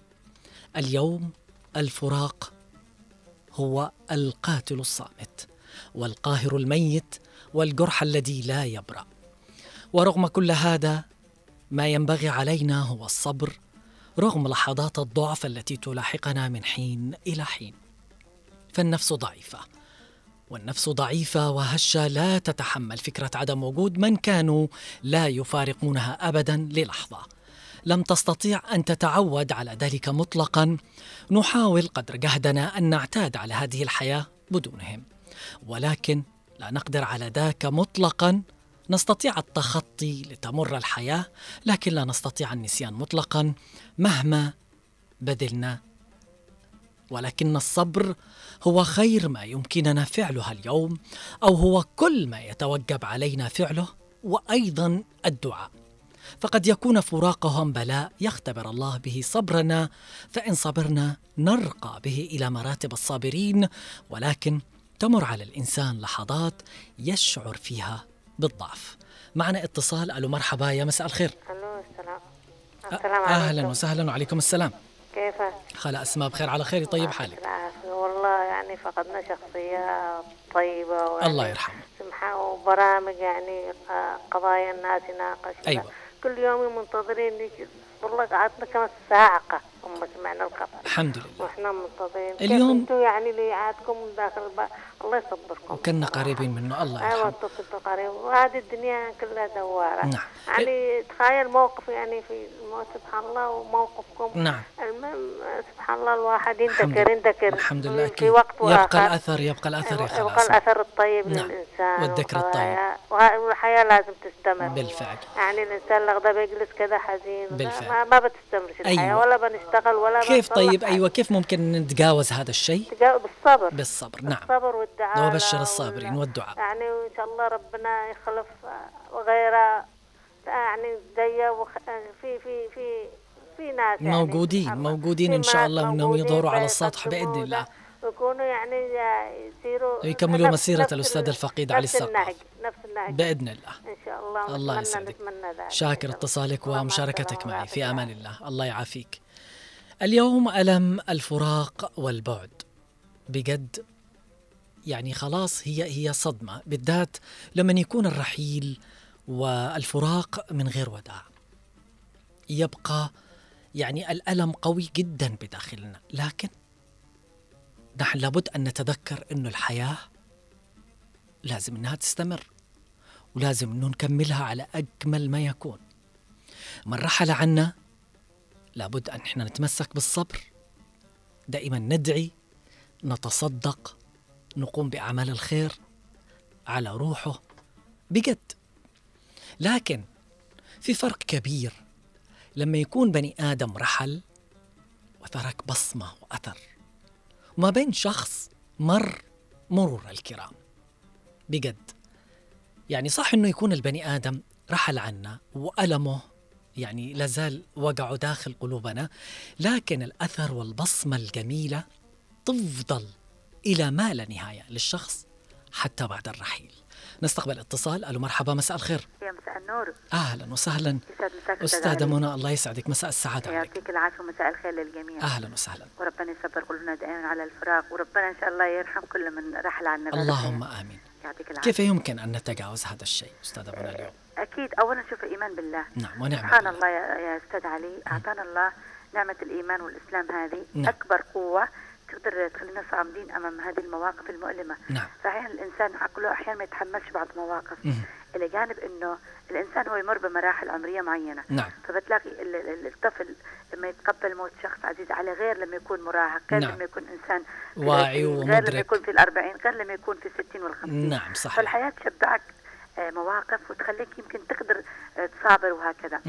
Speaker 1: اليوم الفراق هو القاتل الصامت والقاهر الميت والجرح الذي لا يبرأ. ورغم كل هذا ما ينبغي علينا هو الصبر رغم لحظات الضعف التي تلاحقنا من حين إلى حين. فالنفس ضعيفة، والنفس ضعيفة وهشة لا تتحمل فكرة عدم وجود من كانوا لا يفارقونها أبدا للحظة. لم تستطيع أن تتعود على ذلك مطلقا. نحاول قدر جهدنا أن نعتاد على هذه الحياة بدونهم، ولكن لا نقدر على ذاك مطلقا. نستطيع التخطي لتمر الحياة، لكن لا نستطيع النسيان مطلقا مهما بذلنا. ولكن الصبر هو خير ما يمكننا فعله اليوم، أو هو كل ما يتوجب علينا فعله، وأيضا الدعاء. فقد يكون فراقهم بلاء يختبر الله به صبرنا، فإن صبرنا نرقى به إلى مراتب الصابرين. ولكن تمر على الإنسان لحظات يشعر فيها بالضعف. معنا اتصال. ألو مرحبا، يا مساء الخير.
Speaker 9: ألو السلام عليكم.
Speaker 1: أهلا وسهلا. وعليكم السلام.
Speaker 9: كيفك؟
Speaker 1: خالة أسماء بخير على خير. طيب حالك؟
Speaker 9: والله يعني فقدنا شخصية طيبة
Speaker 1: الله يرحمه،
Speaker 9: سمحة وبرامج يعني قضايا الناس يناقشها.
Speaker 1: أيوة.
Speaker 9: كل يوم منتظرين ليك، والله قعدنا كم ساعة هم سمعنا الخبر.
Speaker 1: الحمد لله.
Speaker 9: واحنا منتظرين.
Speaker 1: اليوم
Speaker 9: انتوا يعني اللي عادكم داخل الله يصبركم.
Speaker 1: وكنا قريبين منه. الله يرحمه.
Speaker 9: ايوه انتوا قريب، وهذه الدنيا كلها دوارة.
Speaker 1: نعم.
Speaker 9: يعني تخيل موقف يعني في الموت سبحان الله وموقفكم.
Speaker 1: نعم.
Speaker 9: سبحان الله الواحد ينذكر
Speaker 1: الحمد لله
Speaker 9: في وقت
Speaker 1: يبقى الأثر يا
Speaker 9: يبقى الأثر الطيب. نعم. للإنسان
Speaker 1: والذكر الطيب،
Speaker 9: والحياة لازم تستمر
Speaker 1: بالفعل.
Speaker 9: يعني الإنسان لغدا بيجلس كذا حزين
Speaker 1: بالفعل
Speaker 9: ما بتستمرش الحياة. أيوة. ولا بنشتغل ولا
Speaker 1: كيف طيب. أيوة كيف ممكن نتجاوز هذا الشيء؟
Speaker 9: بالصبر.
Speaker 1: نعم.
Speaker 9: الصبر والدعاء.
Speaker 1: وبشر الصابرين والدعاء.
Speaker 9: يعني وإن شاء الله ربنا يخلف وغيره يعني زي في ناس يعني
Speaker 1: موجودين إن شاء الله، وإنهم يظهروا على السطح بإذن الله،
Speaker 9: ويكونوا يعني يسيروا
Speaker 1: يكملوا مسيرة الأستاذ الفقيد علي السقاف
Speaker 9: نفس النهج
Speaker 1: بإذن الله
Speaker 9: إن شاء الله.
Speaker 1: الله يسعدك. شاكر اتصالك ومشاركتك معي، في أمان الله. الله يعافيك. اليوم ألم الفراق والبعد بجد، يعني خلاص هي صدمة، بالذات لما يكون الرحيل والفراق من غير وداع. يبقى يعني الألم قوي جدا بداخلنا، لكن نحن لابد أن نتذكر أن الحياة لازم أنها تستمر، ولازم أنه نكملها على أجمل ما يكون. من رحل عنا لابد أن احنا نتمسك بالصبر، دائما ندعي، نتصدق، نقوم بأعمال الخير على روحه بجد. لكن في فرق كبير لما يكون بني آدم رحل وترك بصمة وأثر، وما بين شخص مرور الكرام بجد. يعني صح إنه يكون البني آدم رحل عنا وألمه يعني لازال وقعه داخل قلوبنا، لكن الأثر والبصمة الجميلة تفضل إلى ما لا نهاية للشخص حتى بعد الرحيل. نستقبل اتصال. ألو مرحبا، مساء الخير.
Speaker 10: يا مساء النور.
Speaker 1: أهلا وسهلا أستاذة منى، الله يسعدك، مساء السعادة عليك.
Speaker 10: يعطيك العافية ومساء الخير للجميع.
Speaker 1: أهلا وسهلا.
Speaker 10: وربنا يصبر قلوبنا دائما على الفراق، وربنا إن شاء الله يرحم كل من رحل عنا.
Speaker 1: اللهم آمين.
Speaker 10: يعطيك العافية.
Speaker 1: كيف يمكن أن نتجاوز هذا الشيء أستاذة منى اليوم؟
Speaker 10: أكيد أولا شوف الإيمان بالله.
Speaker 1: نعم ونعم
Speaker 10: سبحان الله يا أستاذ علي، أعطانا الله نعمة الإيمان والإسلام، هذه
Speaker 1: نعم.
Speaker 10: أكبر قوة تقدر تخلينا صامدين أمام هذه المواقف المؤلمة.
Speaker 1: نعم.
Speaker 10: فأحيانا الإنسان عقله أحيانا ما يتحملش بعض المواقف، إلى جانب إنه الإنسان هو يمر بمراحل عمرية معينة.
Speaker 1: نعم.
Speaker 10: فبتلاقي الطفل لما يتقبل موت شخص عزيز عليه غير لما يكون مراهق، غير
Speaker 1: نعم.
Speaker 10: لما يكون إنسان
Speaker 1: واعي ومدرك،
Speaker 10: غير لما يكون في 40، غير لما يكون في 60 وال50.
Speaker 1: نعم صحيح.
Speaker 10: فالحياة تشبعك مواقف وتخليك يمكن تقدر تصابر وهكذا.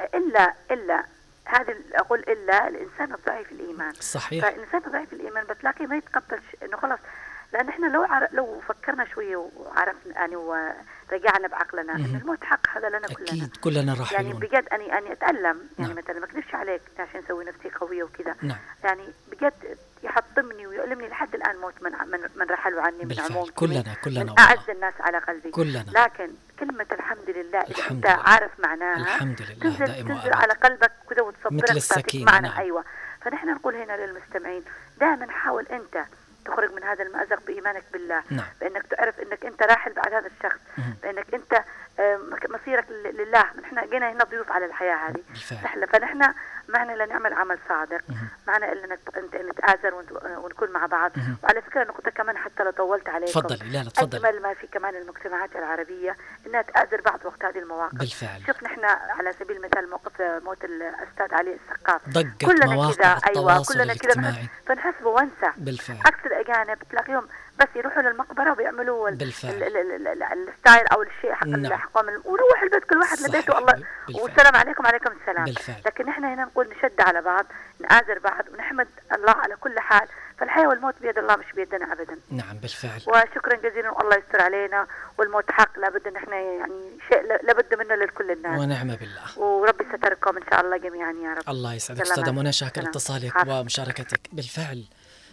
Speaker 10: إلا هذا أقول إلا الإنسان الضعيف الإيمان.
Speaker 1: صحيح.
Speaker 10: فالإنسان الضعيف الإيمان بتلاقي ما يتقبلش إنه خلاص، لأن إحنا لو فكرنا شوية وعرفنا يعني ورجعنا بعقلنا إن الموت حق، هذا لنا كلنا.
Speaker 1: أكيد كلنا راحلون.
Speaker 10: يعني بجد أني أتألم يعني
Speaker 1: نعم.
Speaker 10: مثلا ما أكذبش عليك عشان أسوي نفسي قوية وكذا.
Speaker 1: نعم.
Speaker 10: يعني بجد يحطمني ويؤلمني لحد الآن موت من رحلوا عني من عموم
Speaker 1: كلنا
Speaker 10: من أعز الناس على قلبي
Speaker 1: كلنا.
Speaker 10: لكن كلمة الحمد لله إذا أنت عارف معناها
Speaker 1: الحمد لله
Speaker 10: تنزل على قلبك كده وتصبرك
Speaker 1: مثل السكينة.
Speaker 10: معنى.
Speaker 1: نعم.
Speaker 10: أيوة. فنحن نقول هنا للمستمعين دائما حاول أنت تخرج من هذا المأزق بإيمانك بالله.
Speaker 1: نعم.
Speaker 10: بأنك تعرف أنك أنت راحل بعد هذا الشخص، بأنك أنت مصيرك لله. نحن جينا هنا ضيوف على الحياة هذه رحلة، فنحن معنا لنعمل عمل صادق، معنا إلا نتآزر ونكون مع بعض. وعلى فكرة نقطة كمان حتى لو طولت عليكم،
Speaker 1: تفضلي. لا تفضلي.
Speaker 10: أجمل ما في كمان المجتمعات العربية إنها تآزر بعض وقت هذه المواقف.
Speaker 1: بالفعل.
Speaker 10: شوف نحن على سبيل المثال موقف موت الأستاذ علي السقاف،
Speaker 1: ضجت
Speaker 10: كلنا
Speaker 1: مواقع
Speaker 10: كذا.
Speaker 1: التواصل
Speaker 10: كلنا
Speaker 1: الاجتماعي.
Speaker 10: فنحسبه وانسى.
Speaker 1: بالفعل.
Speaker 10: عكس الأجانب تلاقيهم بس يروحوا للمقبرة وبيعملوا الستايل أو الشيء حق الحقام ويروح البيت كل واحد لبيته الله والسلام عليكم وعليكم السلام.
Speaker 1: بالفعل.
Speaker 10: لكن نحن هنا نقول نشد على بعض، نآزر بعض، ونحمد الله على كل حال. فالحياة والموت بيد الله مش بيدنا أبدا.
Speaker 1: نعم بالفعل.
Speaker 10: وشكرا جزيلا والله يستر علينا. والموت حق لابد ان احنا يعني شيء لابد منه لكل الناس.
Speaker 1: ونعم بالله.
Speaker 10: وربي ستركم ان شاء الله جميعا يا رب.
Speaker 1: الله يسعدك أستاذة منى، شاكر اتصالك ومشاركتك. بالفعل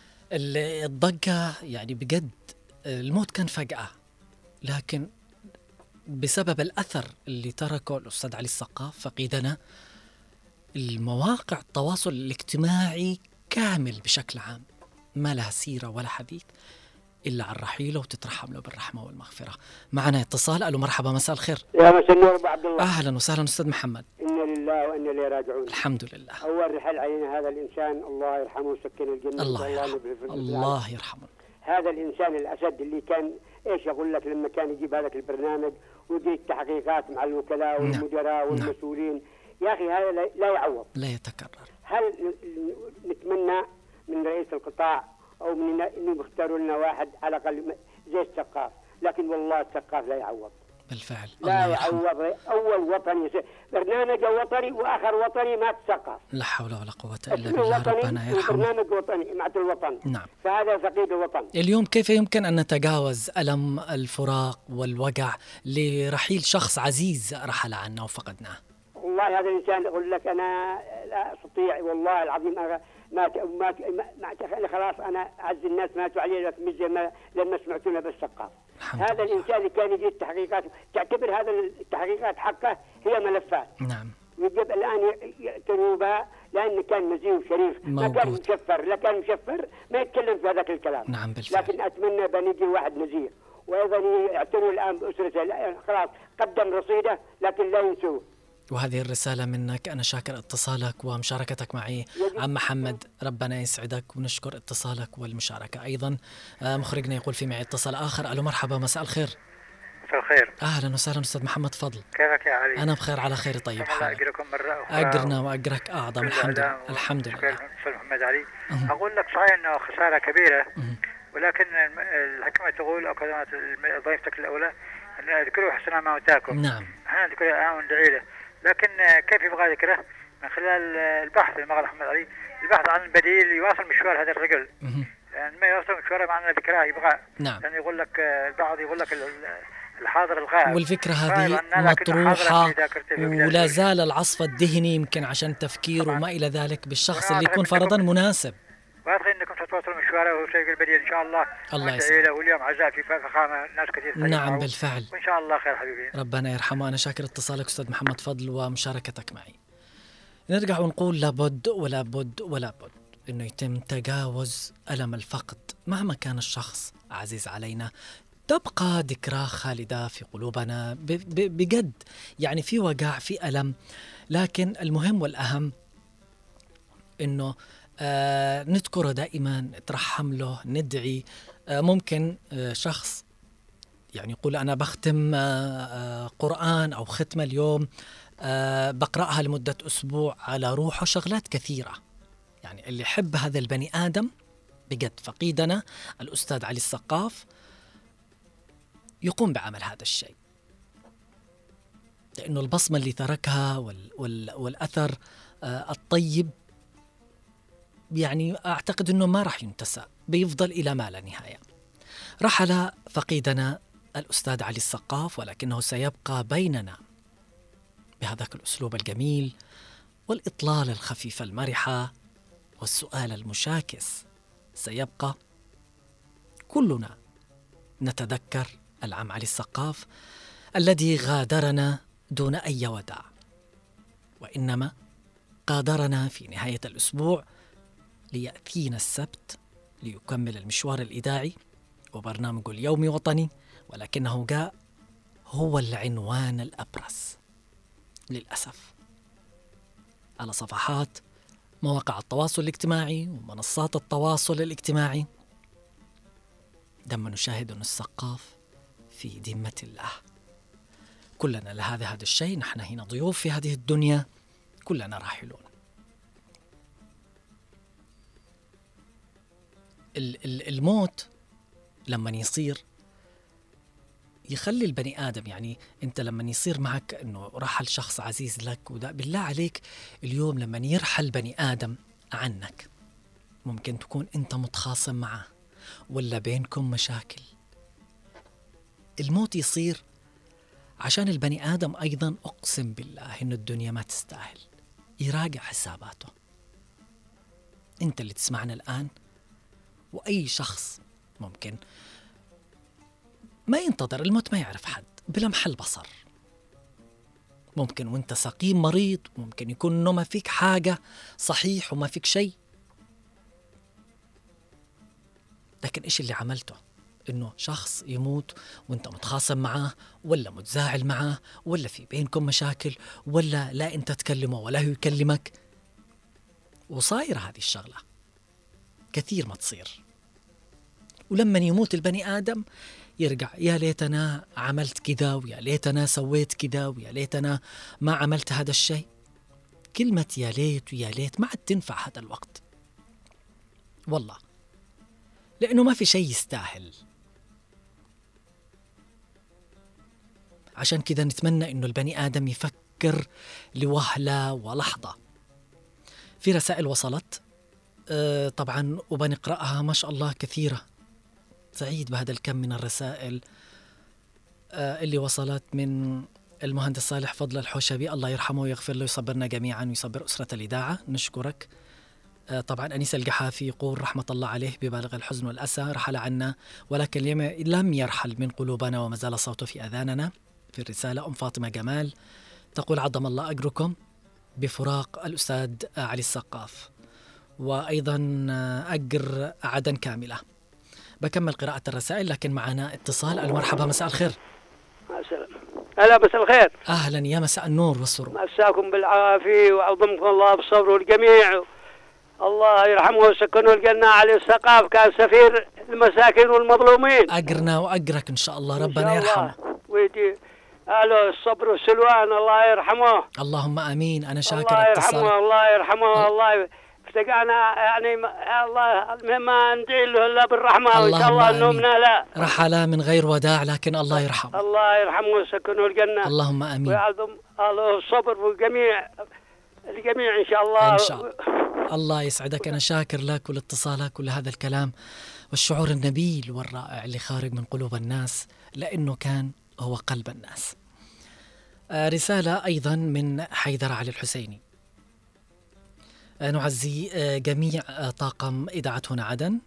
Speaker 1: الضجة يعني بجد الموت كان فجأة، لكن بسبب الأثر اللي تركه الأستاذ علي السقاف فقيدنا، المواقع التواصل الاجتماعي كامل بشكل عام ما لها سيرة ولا حديث إلا عن رحيله وتترحم له بالرحمة والمغفرة. معنا اتصال. ألو مرحبا، مساء الخير.
Speaker 11: يا مساء النور أبو عبد الله.
Speaker 1: أهلا وسهلا أستاذ محمد.
Speaker 11: إنا لله وإنا إليه راجعون.
Speaker 1: الحمد لله.
Speaker 11: أول رحل علينا هذا الإنسان، الله يرحمه ويسكن الجنة.
Speaker 1: الله يرحمه. الله يرحمه.
Speaker 11: هذا الإنسان الأسد اللي كان إيش أقول لك لما كان يجيب هذا البرنامج ويجي التحقيقات مع الوكلاء والمدراء والمسؤولين. يا أخي هذا لا يعوض،
Speaker 1: لا يتكرر.
Speaker 11: هل نتمنى من رئيس القطاع أو من إنه يختاروا لنا واحد على الأقل زي السقاف، لكن والله السقاف لا يعوض.
Speaker 1: بالفعل.
Speaker 11: لا يعوض. أول وطني برنامج وطني وآخر وطني مات السقاف.
Speaker 1: لا حول ولا قوة إلا بالله. ربنا يرحمه.
Speaker 11: برنامج وطني مع الوطن.
Speaker 1: نعم.
Speaker 11: فهذا فقيد الوطن.
Speaker 1: اليوم كيف يمكن أن نتجاوز ألم الفراق والوجع لرحيل شخص عزيز رحل عنا وفقدناه؟
Speaker 11: والله هذا الإنسان أقول لك أنا لا أستطيع والله العظيم ما خلاص أنا أعز الناس ماتوا عليه، لكن مش زي ما لما سمعتونا بالسقاف. هذا الإنسان اللي كان يجي التحقيقات تعتبر هذا التحقيقات حقه هي ملفات.
Speaker 1: نعم.
Speaker 11: يجب الآن يعتنوا بها لأن كان نزيه وشريف، ما كان مشفر، لا كان مشفر ما يتكلم في هذاك الكلام.
Speaker 1: نعم بالفعل.
Speaker 11: لكن أتمنى بنيجي واحد نزيه، وأيضا يعتنوا الآن بأسرته، خلاص قدم رصيده لكن لا ينسوه.
Speaker 1: وهذه الرسالة منك، أنا شاكر اتصالك ومشاركتك معي عم محمد، ربنا يسعدك، ونشكر اتصالك والمشاركة أيضا. مخرجنا يقول في معي اتصال آخر. ألو مرحبا، مساء الخير.
Speaker 12: مساء الخير.
Speaker 1: أهلا وسهلا أستاذ محمد، فضل.
Speaker 12: كيفك يا علي؟
Speaker 1: أنا بخير على خير. طيب حالك؟
Speaker 12: أقرأكم مرة أخرى.
Speaker 1: أقرنا وأقرك أعظم. الحمد لله. الحمد لله.
Speaker 12: أستاذ محمد علي، أقول لك صحيح أنه خسارة كبيرة، ولكن الحكمة تقول أو كلمات ضيفتك الأولى أن اذكروا حسنا موتاكم.
Speaker 1: نعم.
Speaker 12: احنا نذكر الآن وندعي له، لكن كيف يبغى ذكره؟ من خلال البحث المغرب محمد علي، البحث عن بديل يواصل مشوار هذا الرجل. يعني ما يواصل مشواره معنى ذكراه يبغى.
Speaker 1: نعم.
Speaker 12: يعني يقول لك البعض يقول لك الحاضر الغائب،
Speaker 1: والفكرة هذه مطروحة ولا زال العصف الذهني يمكن عشان تفكير وما إلى ذلك بالشخص اللي يكون فرضا مناسب.
Speaker 12: وأدخل أنكم تتواصلوا من الشوارع وشيء البديل إن شاء الله.
Speaker 1: الله يسعدك.
Speaker 12: واليوم عزاء في فخامة ناس كثير.
Speaker 1: نعم بالفعل.
Speaker 12: وإن شاء الله خير حبيبي.
Speaker 1: ربنا يرحمه. أنا شاكر اتصالك أستاذ محمد فضل ومشاركتك معي. نرجع ونقول لابد ولا بد ولا بد إنه يتم تجاوز ألم الفقد مهما كان الشخص عزيز علينا. تبقى ذكرى خالدة في قلوبنا بجد، يعني في وجع في ألم، لكن المهم والأهم إنه نذكره دائما، نترحم له، ندعي. ممكن شخص يعني يقول أنا بختم قرآن أو ختمة اليوم بقرأها لمدة أسبوع على روحه، شغلات كثيرة. يعني اللي يحب هذا البني آدم بجد، فقيدنا الأستاذ علي السقاف يقوم بعمل هذا الشيء، لأنه البصمة اللي تركها والأثر الطيب يعني أعتقد أنه ما راح ينتسى، بيفضل إلى ما لا نهاية. رحل فقيدنا الأستاذ علي السقاف، ولكنه سيبقى بيننا بهذاك الأسلوب الجميل والإطلالة الخفيفة المرحة والسؤال المشاكس. سيبقى كلنا نتذكر العم علي السقاف الذي غادرنا دون أي وداع، وإنما غادرنا في نهاية الأسبوع ليأتينا السبت ليكمل المشوار الإذاعي وبرنامجه اليومي وطني، ولكنه جاء هو العنوان الأبرز للأسف على صفحات مواقع التواصل الاجتماعي ومنصات التواصل الاجتماعي، لما نشاهد أن السقاف في ذمة الله. كلنا لهذا الشيء، نحن هنا ضيوف في هذه الدنيا، كلنا راحلون. الموت لما يصير يخلي البني آدم، يعني أنت لما يصير معك أنه رحل شخص عزيز لك، وده بالله عليك اليوم لما يرحل بني آدم عنك، ممكن تكون أنت متخاصم معه ولا بينكم مشاكل. الموت يصير عشان البني آدم أيضا، أقسم بالله إن الدنيا ما تستاهل، يراجع حساباته. أنت اللي تسمعنا الآن وأي شخص ممكن ما ينتظر الموت، ما يعرف حد بلمح البصر. ممكن وانت سقيم مريض، ممكن يكون انه ما فيك حاجة صحيح وما فيك شيء، لكن ايش اللي عملته؟ انه شخص يموت وانت متخاصم معاه ولا متزاعل معاه ولا في بينكم مشاكل ولا لا انت تكلمه ولا هو يكلمك. وصاير هذه الشغلة كثير ما تصير. ولما يموت البني آدم يرجع، يا ليتنا عملت كذا، ويا ليتنا سويت كذا، ويا ليتنا ما عملت هذا الشيء. كلمة يا ليت ويا ليت ما عاد تنفع هذا الوقت والله، لأنه ما في شيء يستاهل. عشان كذا نتمنى إنه البني آدم يفكر لوهلة ولحظة. في رسائل وصلت طبعا وبنقرأها ما شاء الله كثيرة. سعيد بهذا الكم من الرسائل اللي وصلت من المهندس صالح فضل الحوشبي، الله يرحمه ويغفر له ويصبرنا جميعا ويصبر أسرة الإذاعة. نشكرك. طبعا أنيس القحافي يقول رحمة الله عليه ببالغ الحزن والأسى، رحل عنا ولكن لم يرحل من قلوبنا وما زال صوته في أذاننا. في الرسالة أم فاطمة جمال تقول عظم الله أجركم بفراق الأستاذ علي السقاف، وأيضا أجر عدن كاملة. بكمل قراءة الرسائل لكن معنا اتصال. المرحبا، مساء الخير.
Speaker 13: هلا مساء الخير.
Speaker 1: أهلا، يا مساء النور والسرور.
Speaker 13: مساكم بالعافية وعظمكم الله بالصبر والجميع. الله يرحمه ويسكنه الجنة. علي السقاف كان سفير المساكين والمظلومين.
Speaker 1: أجرنا وأجرك إن شاء الله، ربنا يرحمه
Speaker 13: ويدي أهله الصبر والسلوان. الله يرحمه.
Speaker 1: اللهم آمين. أنا شاكر
Speaker 13: الله
Speaker 1: اتصالك.
Speaker 13: يرحمه الله يرحمه. الله افتقعنا يعني الله ما ندعي له إلا بالرحمة، وإن شاء الله نومنا لا
Speaker 1: رحلا من غير وداع، لكن الله يرحمه.
Speaker 13: الله يرحمه ويسكنه الجنة.
Speaker 1: اللهم آمين.
Speaker 13: ويعظم الله الصبر والجميع إن شاء الله.
Speaker 1: إن شاء الله. الله يسعدك. أنا شاكر لك ولاتصالك ولهذا الكلام والشعور النبيل والرائع اللي خارج من قلوب الناس، لأنه كان هو قلب الناس. رسالة أيضا من حيدر علي الحسيني نعزي جميع طاقم إذاعة هنا عدن.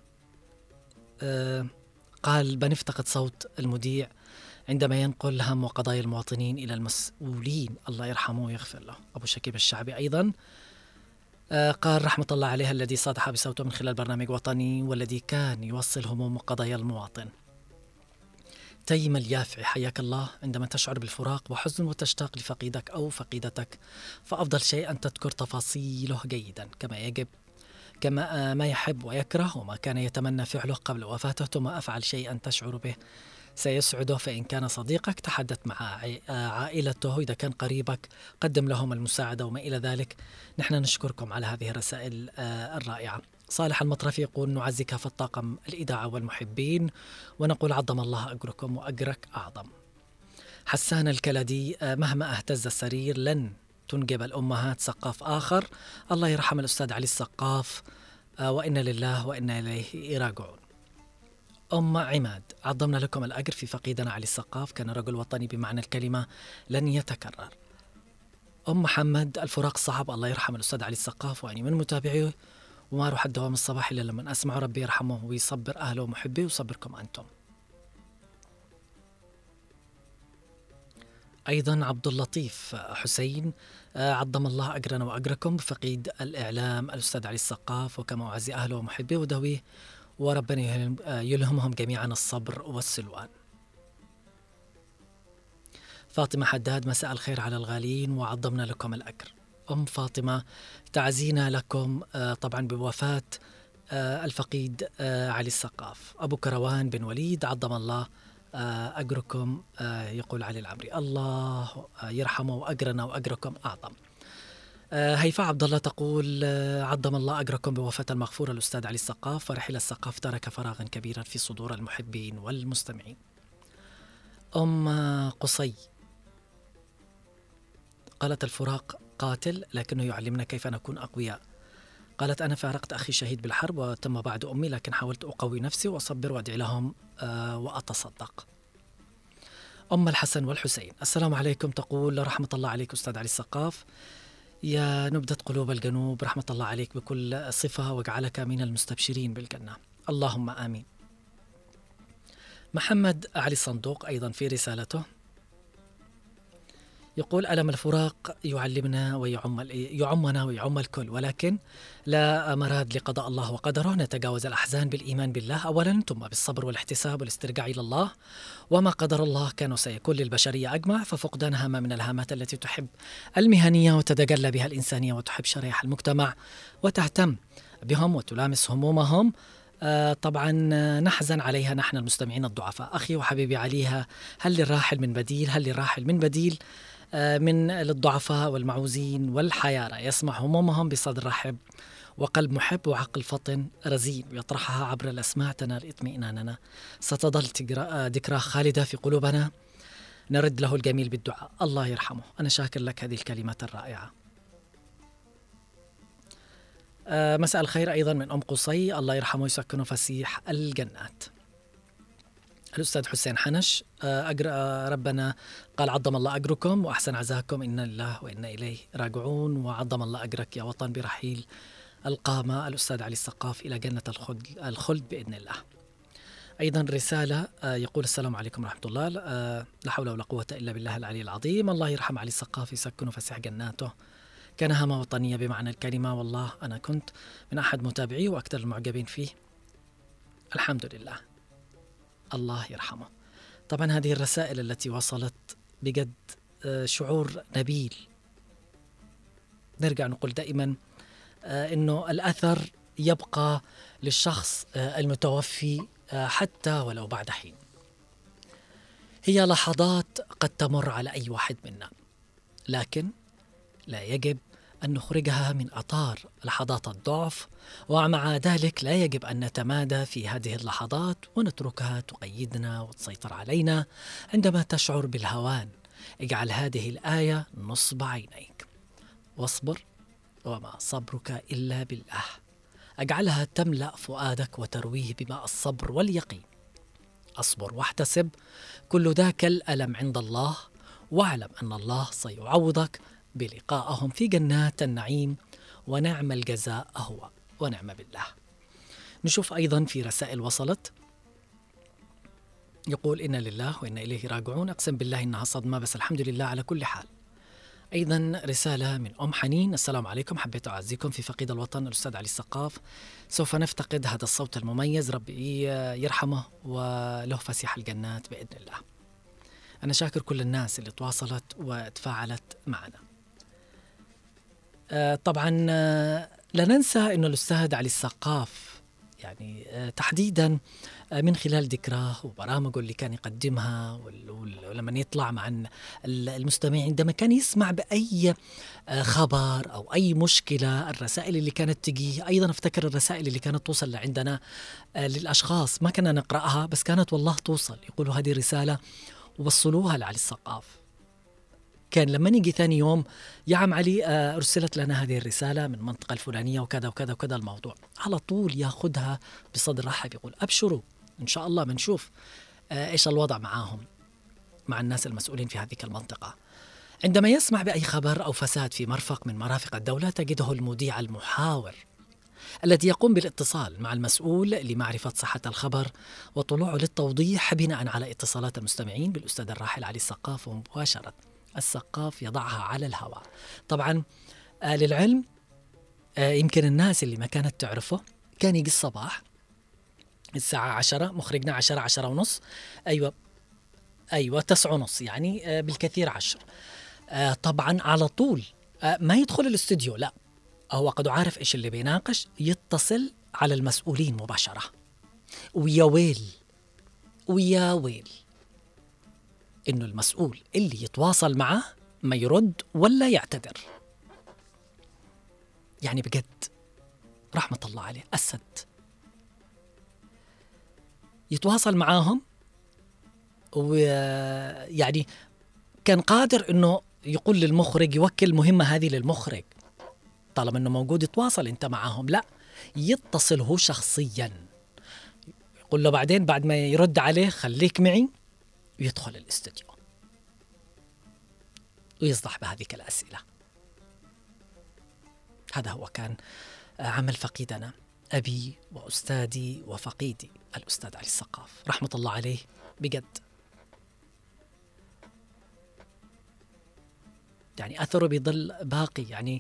Speaker 1: قال بنفتقد صوت المذيع عندما ينقل هم وقضايا المواطنين إلى المسؤولين، الله يرحمه ويغفر له. أبو شكيب الشعبي أيضا قال رحمة الله عليه الذي صادح بصوته من خلال برنامج وطني والذي كان يوصل هموم وقضايا المواطن. تيم اليافعي حياك الله، عندما تشعر بالفراق وحزن وتشتاق لفقيدك أو فقيدتك فأفضل شيء أن تذكر تفاصيله جيدا كما يجب، كما ما يحب ويكره وما كان يتمنى فعله قبل وفاته، ثم أفعل شيئا تشعر به سيسعده. فإن كان صديقك تحدث مع عائلته، إذا كان قريبك قدم لهم المساعدة وما إلى ذلك. نحن نشكركم على هذه الرسائل الرائعة. صالح المطرفي يقول نعزي كافة طاقم الإذاعة والمحبين ونقول عظم الله أجركم وأجرك أعظم. حسان الكلدي مهما اهتز السرير لن تنجب الأمهات سقاف آخر، الله يرحم الأستاذ علي السقاف وإنا لله وإنا إليه راجعون. أم عماد عظمنا لكم الأجر في فقيدنا علي السقاف، كان رجل وطني بمعنى الكلمة لن يتكرر. أم محمد الفراق صعب، الله يرحم الأستاذ علي السقاف وأني من متابعيه وما أروح الدوام الصباح إلا لما أسمع، ربي يرحمه ويصبر أهله ومحبيه ويصبركم أنتم. أيضا عبد اللطيف حسين عظم الله أجرنا وأجركم بفقيد الإعلام الأستاذ علي السقاف، وكما أعزي أهله ومحبيه ودويه وربنا يلهمهم جميعا الصبر والسلوان. فاطمة حداد مساء الخير على الغالين وعظمنا لكم الأجر. أم فاطمة تعزينا لكم طبعا بوفاة الفقيد علي السقاف. أبو كروان بن وليد عظم الله أجركم، يقول علي العمري الله يرحمه وأجرنا وأجركم أعظم. هيفاء عبد الله تقول عظم الله أجركم بوفاة المغفور الأستاذ علي السقاف، ورحيل السقاف ترك فراغا كبيرا في صدور المحبين والمستمعين. أم قصي قالت الفراق قاتل لكنه يعلمنا كيف نكون أقوياء. قالت أنا فارقت أخي شهيد بالحرب وتم بعد أمي، لكن حاولت أقوي نفسي وأصبر وأدعي لهم وأتصدق. أم الحسن والحسين السلام عليكم، تقول رحمة الله عليك أستاذ علي السقاف، يا نبدة قلوب الجنوب، رحمة الله عليك بكل صفة واجعلك من المستبشرين بالجنة، اللهم آمين. محمد علي الصندوق أيضا في رسالته يقول ألم الفراق يعلمنا ويعمنا ويعم الكل، ولكن لا مراد لقضاء الله وقدره، نتجاوز الأحزان بالإيمان بالله أولا، ثم بالصبر والاحتساب والاسترجاع إلى الله، وما قدر الله كان وسيكون للبشرية أجمع، ففقدان هامة من الهامات التي تحب المهنية وتتجلى بها الإنسانية وتحب شرائح المجتمع وتهتم بهم وتلامس همومهم، طبعا نحزن عليها نحن المستمعين الضعفاء. أخي وحبيبي عليها، هل للراحل من بديل؟ هل للراحل من بديل من للضعفاء والمعوزين والحيارى يسمع همومهم بصدر رحب وقلب محب وعقل فطن رزين ويطرحها عبر الأسماع تنال اطمئناننا، ستظل ذكرى خالدة في قلوبنا، نرد له الجميل بالدعاء، الله يرحمه. أنا شاكر لك هذه الكلمات الرائعة. مساء الخير أيضا من أم قصي، الله يرحمه يسكنه فسيح الجنات. الأستاذ حسين حنش ربنا قال عظم الله أجركم وأحسن عزاكم، إنا لله وإنا إليه راجعون، وعظم الله أجرك يا وطن برحيل القامة الأستاذ علي السقاف إلى جنة الخلد بإذن الله. أيضا رسالة يقول السلام عليكم ورحمة الله، لا حول ولا قوة إلا بالله العلي العظيم، الله يرحم علي السقاف يسكنه فسيح جناته، كان هامة وطنية بمعنى الكلمة، والله أنا كنت من أحد متابعيه وأكثر المعجبين فيه، الحمد لله، الله يرحمه. طبعا هذه الرسائل التي وصلت بجد شعور نبيل. نرجع نقول دائما إنه الأثر يبقى للشخص المتوفي حتى ولو بعد حين. هي لحظات قد تمر على أي واحد منا، لكن لا يجب أن نخرجها من أطار لحظات الضعف، ومع ذلك لا يجب أن نتمادى في هذه اللحظات ونتركها تقيدنا وتسيطر علينا. عندما تشعر بالهوان اجعل هذه الآية نصب عينيك، واصبر وما صبرك إلا بالله، اجعلها تملأ فؤادك وترويه بماء الصبر واليقين. أصبر واحتسب، كل ذاك الألم عند الله، واعلم أن الله سيعوضك بلقائهم في جنات النعيم ونعم الجزاء هو ونعم بالله. نشوف أيضا في رسائل وصلت، يقول إنا لله وإنا إليه راجعون، أقسم بالله إنها صدمة بس الحمد لله على كل حال. أيضا رسالة من أم حنين، السلام عليكم، حبيت أعزيكم في فقيد الوطن الأستاذ علي السقاف، سوف نفتقد هذا الصوت المميز، ربي يرحمه وله فسيح الجنات بإذن الله. أنا شاكر كل الناس اللي تواصلت وتفاعلت معنا. طبعا لا ننسى أنه الأستاذ علي السقاف يعني تحديدا من خلال ذكراه وبرامجه اللي كان يقدمها ولما يطلع مع المستمعين عندما كان يسمع بأي خبر أو أي مشكلة، الرسائل اللي كانت تجي، أيضا أفتكر الرسائل اللي كانت توصل لعندنا للأشخاص ما كنا نقرأها بس كانت والله توصل، يقولوا هذه رسالة ووصلوها لعلي السقاف. كان لما نيجي ثاني يوم يا عم علي أرسلت لنا هذه الرسالة من منطقة الفلانية وكذا وكذا وكذا الموضوع، على طول ياخدها بصدر رحب، يقول أبشروا إن شاء الله بنشوف إيش الوضع معاهم مع الناس المسؤولين في هذه المنطقة. عندما يسمع بأي خبر أو فساد في مرفق من مرافق الدولة تجده المذيع المحاور الذي يقوم بالاتصال مع المسؤول لمعرفة صحة الخبر وطلوعه للتوضيح بناء على اتصالات المستمعين بالأستاذ الراحل علي السقاف، ومباشرة السقاف يضعها على الهواء. طبعا للعلم يمكن الناس اللي ما كانت تعرفه، كان يجي الصباح الساعة 10، مخرجنا 10 ونص، أيوة 9 ونص يعني بالكثير 10. طبعا على طول ما يدخل الاستوديو، لا هو قد عارف إيش اللي بيناقش، يتصل على المسؤولين مباشرة، ويا ويل إنه المسؤول اللي يتواصل معه ما يرد ولا يعتذر. يعني بجد رحمة الله عليه أسد، يتواصل معاهم، ويعني كان قادر إنه يقول للمخرج، يوكل مهمة هذه للمخرج طالما إنه موجود، يتواصل أنت معاهم، لا يتصل هو شخصيا، يقول له بعدين بعد ما يرد عليه خليك معي، ويدخل الاستوديو ويصدح بهذه الأسئلة. هذا هو كان عمل فقيدنا، أبي وأستاذي وفقيدي الأستاذ علي السقاف رحمة الله عليه بجد. يعني أثره بيضل باقي يعني،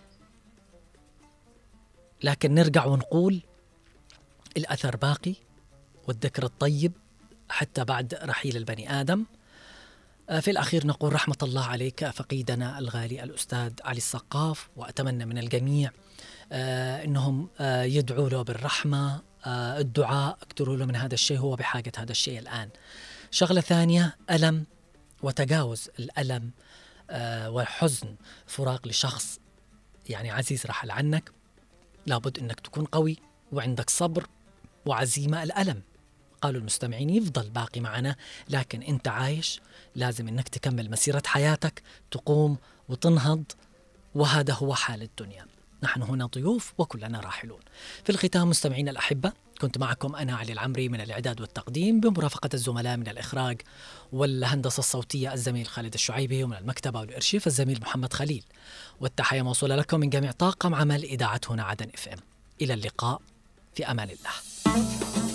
Speaker 1: لكن نرجع ونقول الأثر باقي والذكر الطيب حتى بعد رحيل البني آدم. في الأخير نقول رحمة الله عليك فقيدنا الغالي الأستاذ علي السقاف، وأتمنى من الجميع أنهم يدعوا له بالرحمة، الدعاء اكتروا له من هذا الشيء، هو بحاجة هذا الشيء الآن. شغلة ثانية، ألم وتجاوز الألم والحزن، فراق لشخص يعني عزيز رحل عنك، لابد أنك تكون قوي وعندك صبر وعزيمة. الألم قالوا المستمعين يفضل باقي معنا، لكن أنت عايش، لازم أنك تكمل مسيرة حياتك، تقوم وتنهض، وهذا هو حال الدنيا. نحن هنا ضيوف وكلنا راحلون. في الختام مستمعين الأحبة، كنت معكم أنا علي العمري من الإعداد والتقديم، بمرافقة الزملاء من الإخراج والهندسة الصوتية الزميل خالد الشعيبي، ومن المكتبة والإرشيف الزميل محمد خليل، والتحية موصولة لكم من جميع طاقم عمل إذاعة هنا عدن FM. إلى اللقاء، في أمان الله.